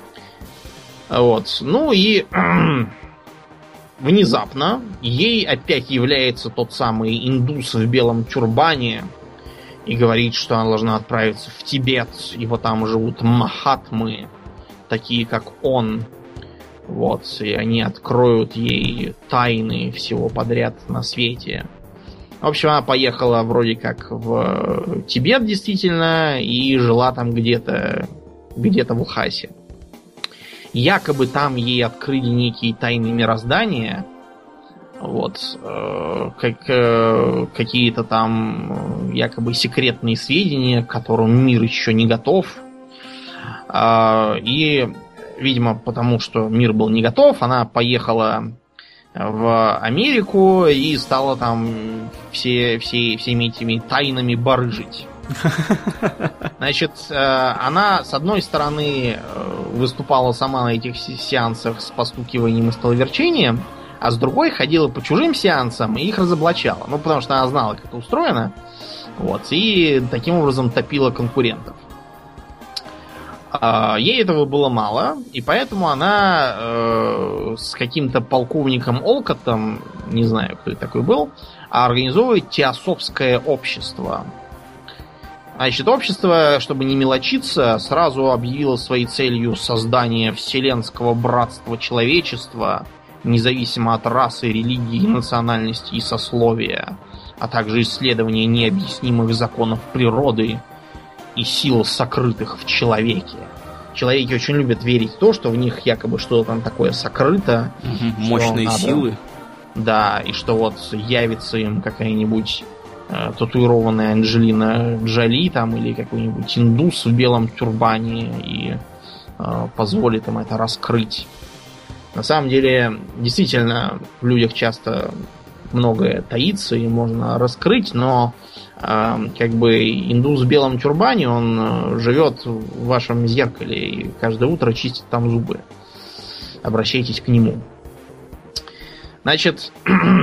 Вот. Ну и внезапно ей опять является тот самый индус в белом тюрбане и говорит, что она должна отправиться в Тибет, ибо там живут махатмы, такие как он. Вот, и они откроют ей тайны всего подряд на свете. В общем, она поехала вроде как в Тибет, действительно, и жила там где-то, где-то в Лхасе. Якобы там ей открыли некие тайны мироздания. Вот, э, как, э, какие-то там якобы секретные сведения, к которым мир еще не готов. Э, и, видимо, потому что мир был не готов, она поехала в Америку и стала там все, все, всеми этими тайнами барыжить. Значит, она, с одной стороны, выступала сама на этих сеансах с постукиванием и столоверчением, а с другой ходила по чужим сеансам и их разоблачала. Ну, потому что она знала, как это устроено. Вот, и таким образом топила конкурентов. Ей этого было мало, и поэтому она э, с каким-то полковником Олкоттом, не знаю, кто это такой был, организовывает теософское общество. Значит, общество, чтобы не мелочиться, сразу объявило своей целью создание вселенского братства человечества, независимо от расы, религии, национальности и сословия, а также исследование необъяснимых законов природы и сил, сокрытых в человеке. Человеки очень любят верить в то, что в них якобы что-то там такое сокрыто. Угу, мощные надо, силы. Да, и что вот явится им какая-нибудь э, татуированная Анджелина Джоли там, или какой-нибудь индус в белом тюрбане и э, позволит им это раскрыть. На самом деле, действительно, в людях часто многое таится и можно раскрыть, но э, как бы индус в белом тюрбане, он живет в вашем зеркале и каждое утро чистит там зубы. Обращайтесь к нему. Значит,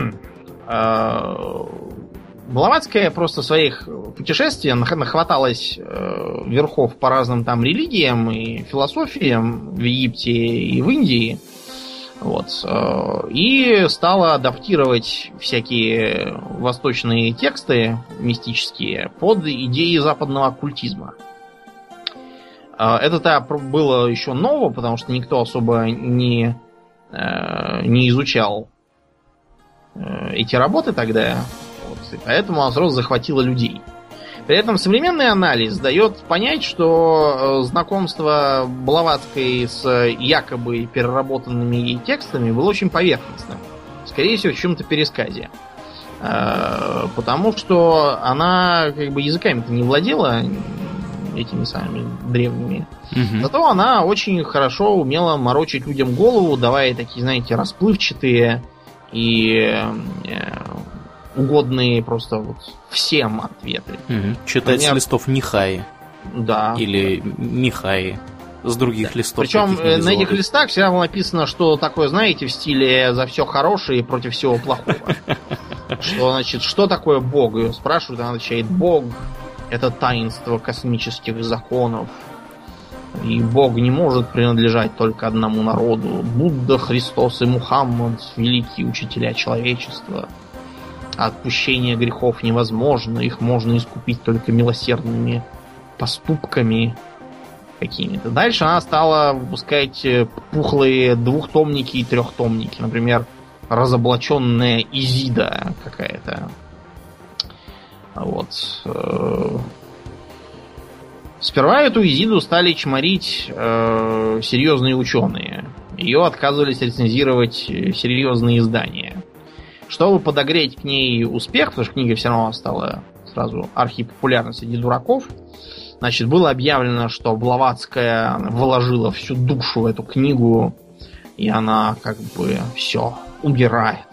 Блаватская просто в своих путешествиях нахваталась верхов по разным там религиям и философиям в Египте и в Индии. Вот. И стала адаптировать всякие восточные тексты мистические под идеи западного оккультизма. Это-то было еще ново, потому что никто особо не, не изучал эти работы тогда. Вот, и поэтому она сразу захватила людей. При этом современный анализ дает понять, что знакомство Блаватской с якобы переработанными ей текстами было очень поверхностным. Скорее всего, в чем-то пересказе. Потому что она как бы языками-то не владела, этими самыми древними. Угу. Зато она очень хорошо умела морочить людям голову, давая такие, знаете, расплывчатые и э, угодные просто вот всем ответы. Угу. Читать Например, с листов Нихаи. Да. Или да. Михаи. С других да. листов. Причем на этих листах всегда было написано, что такое, знаете, в стиле «за все хорошее и против всего плохого». Что, значит, что такое Бог? Ее спрашивают, она отвечает: Бог — это таинство космических законов. И Бог не может принадлежать только одному народу. Будда, Христос и Мухаммад — великие учителя человечества. Отпущение грехов невозможно. Их можно искупить только милосердными поступками какими-то. Дальше она стала выпускать пухлые двухтомники и трехтомники. Например, разоблаченная Изида какая-то. Вот. Сперва эту Изиду стали чморить э, серьезные ученые. Ее отказывались рецензировать серьезные издания. Чтобы подогреть к ней успех, потому что книга все равно стала сразу архипопулярной среди дураков, значит, было объявлено, что Блаватская вложила всю душу в эту книгу, и она как бы все умирает.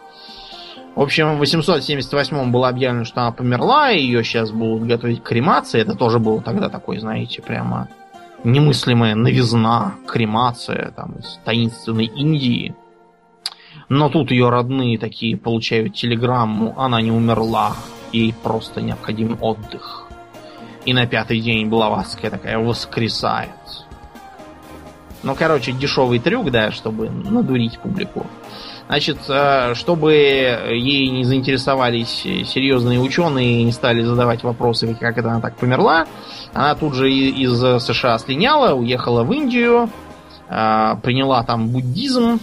В общем, в восемьсот семьдесят восьмом было объявлено, что она померла, и ее сейчас будут готовить к кремации. Это тоже было тогда такой, знаете, прямо немыслимая новизна, кремация там из таинственной Индии. Но тут ее родные такие получают телеграмму: она не умерла, ей просто необходим отдых. И на пятый день Блаватская такая воскресает. Ну, короче, дешевый трюк, да, чтобы надурить публику. Значит, чтобы ей не заинтересовались серьезные ученые и не стали задавать вопросы, как это она так померла, она тут же из США слиняла, уехала в Индию, приняла там буддизм.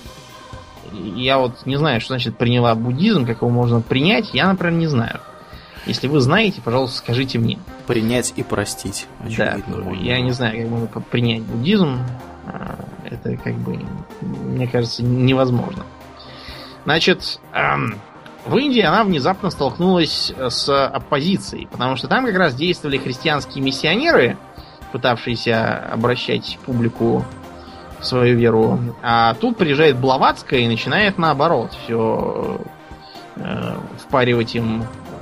Я вот не знаю, что значит приняла буддизм, как его можно принять, я, например, не знаю. Если вы знаете, пожалуйста, скажите мне. Принять и простить. Да, я не знаю, как можно принять буддизм. Это как бы, мне кажется, невозможно. Значит, эм, в Индии она внезапно столкнулась с оппозицией, потому что там как раз действовали христианские миссионеры, пытавшиеся обращать публику в свою веру. А тут приезжает Блаватская и начинает наоборот все э, впаривать им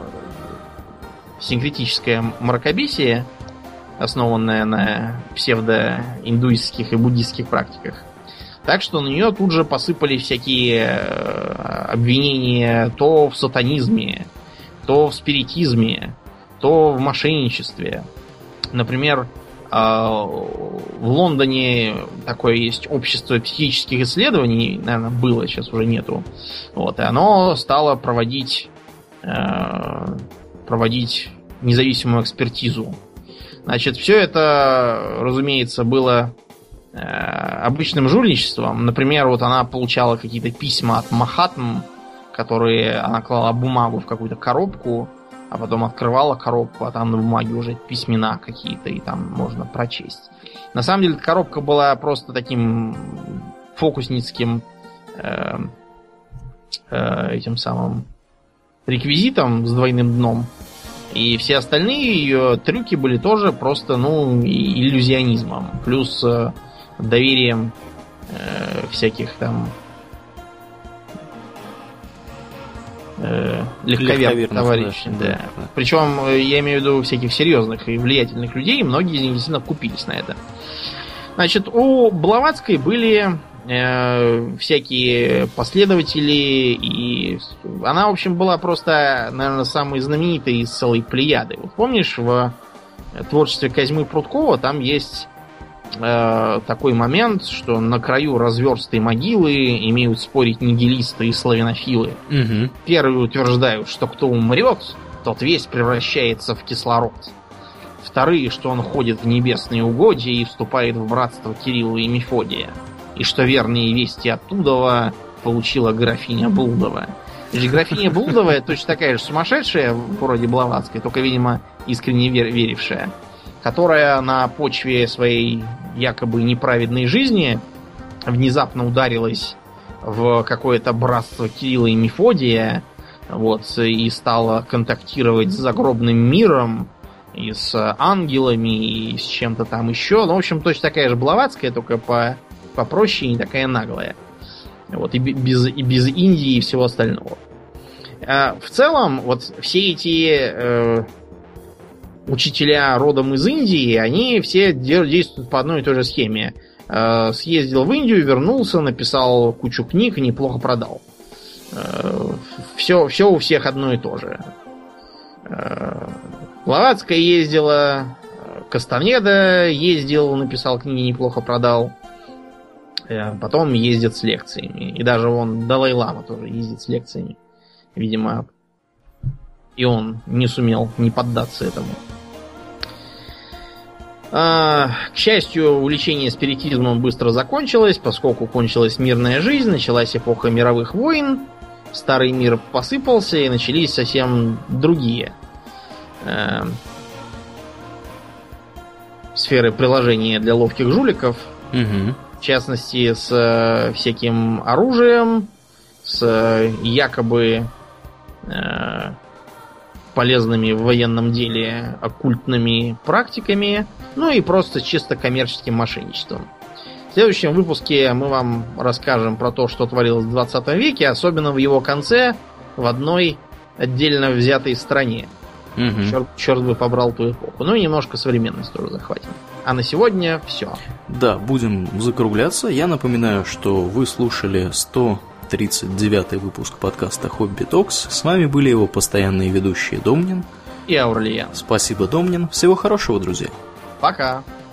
синкретическое мракобесие, основанное на псевдоиндуистских и буддистских практиках. Так что на нее тут же посыпали всякие обвинения то в сатанизме, то в спиритизме, то в мошенничестве. Например, в Лондоне такое есть общество психических исследований, наверное, было, сейчас уже нету. Вот, и оно стало проводить, проводить независимую экспертизу. Значит, все это, разумеется, было обычным жульничеством. Например, вот она получала какие-то письма от Махатм, которые она клала бумагу в какую-то коробку, а потом открывала коробку, а там на бумаге уже письмена какие-то, и там можно прочесть. На самом деле, эта коробка была просто таким фокусницким э, э, этим самым реквизитом с двойным дном. И все остальные ее трюки были тоже просто, ну, иллюзионизмом. Плюс э, доверием э, всяких там э, легковерных, легковерных товарищей. Да, да. Да. Причем, я имею в виду всяких серьезных и влиятельных людей, многие из них действительно купились на это. Значит, у Блаватской были э, всякие последователи, и она, в общем, была просто, наверное, самой знаменитой из целой плеяды. Вот помнишь, в творчестве Козьмы Прудкова там есть э, такой момент, что на краю разверстой могилы имеют спорить нигилисты и славянофилы. Угу. Первые утверждают, что кто умрет, тот весь превращается в кислород. Вторые, что он ходит в небесные угодья и вступает в братство Кирилла и Мефодия. И что верные вести оттуда получила графиня Блудова. Значит, графиня Блудова точно такая же сумасшедшая, вроде Блаватской, только, видимо, искренне вер- верившая, которая на почве своей якобы неправедной жизни внезапно ударилась в какое-то братство Кирилла и Мефодия, вот, и стала контактировать с загробным миром, и с ангелами, и с чем-то там еще. Ну, в общем, точно такая же Блаватская, только по, попроще и не такая наглая. Вот, и без, и без Индии и всего остального. А, в целом, вот все эти э, учителя родом из Индии, они все действуют по одной и той же схеме. Э, съездил в Индию, вернулся, написал кучу книг и неплохо продал. Э, все, все у всех одно и то же. Э, Блаватская ездила, Кастанеда ездил, написал книги, неплохо продал. Потом ездит с лекциями. И даже вон Далай-Лама тоже ездит с лекциями. Видимо, и он не сумел не поддаться этому. К счастью, увлечение спиритизмом быстро закончилось, поскольку кончилась мирная жизнь, началась эпоха мировых войн, старый мир посыпался, и начались совсем другие э, сферы приложения для ловких жуликов. Угу. В частности, с э, всяким оружием, с э, якобы э, полезными в военном деле оккультными практиками, ну и просто чисто коммерческим мошенничеством. В следующем выпуске мы вам расскажем про то, что творилось в двадцатом веке, особенно в его конце, в одной отдельно взятой стране. Угу. Черт, черт бы побрал ту эпоху. Ну и немножко современность тоже захватим. А на сегодня все. Да, будем закругляться. Я напоминаю, что вы слушали сто тридцать девятый выпуск подкаста Хобби Токс. С вами были его постоянные ведущие Домнин и Аурлиен. Спасибо, Домнин. Всего хорошего, друзья. Пока.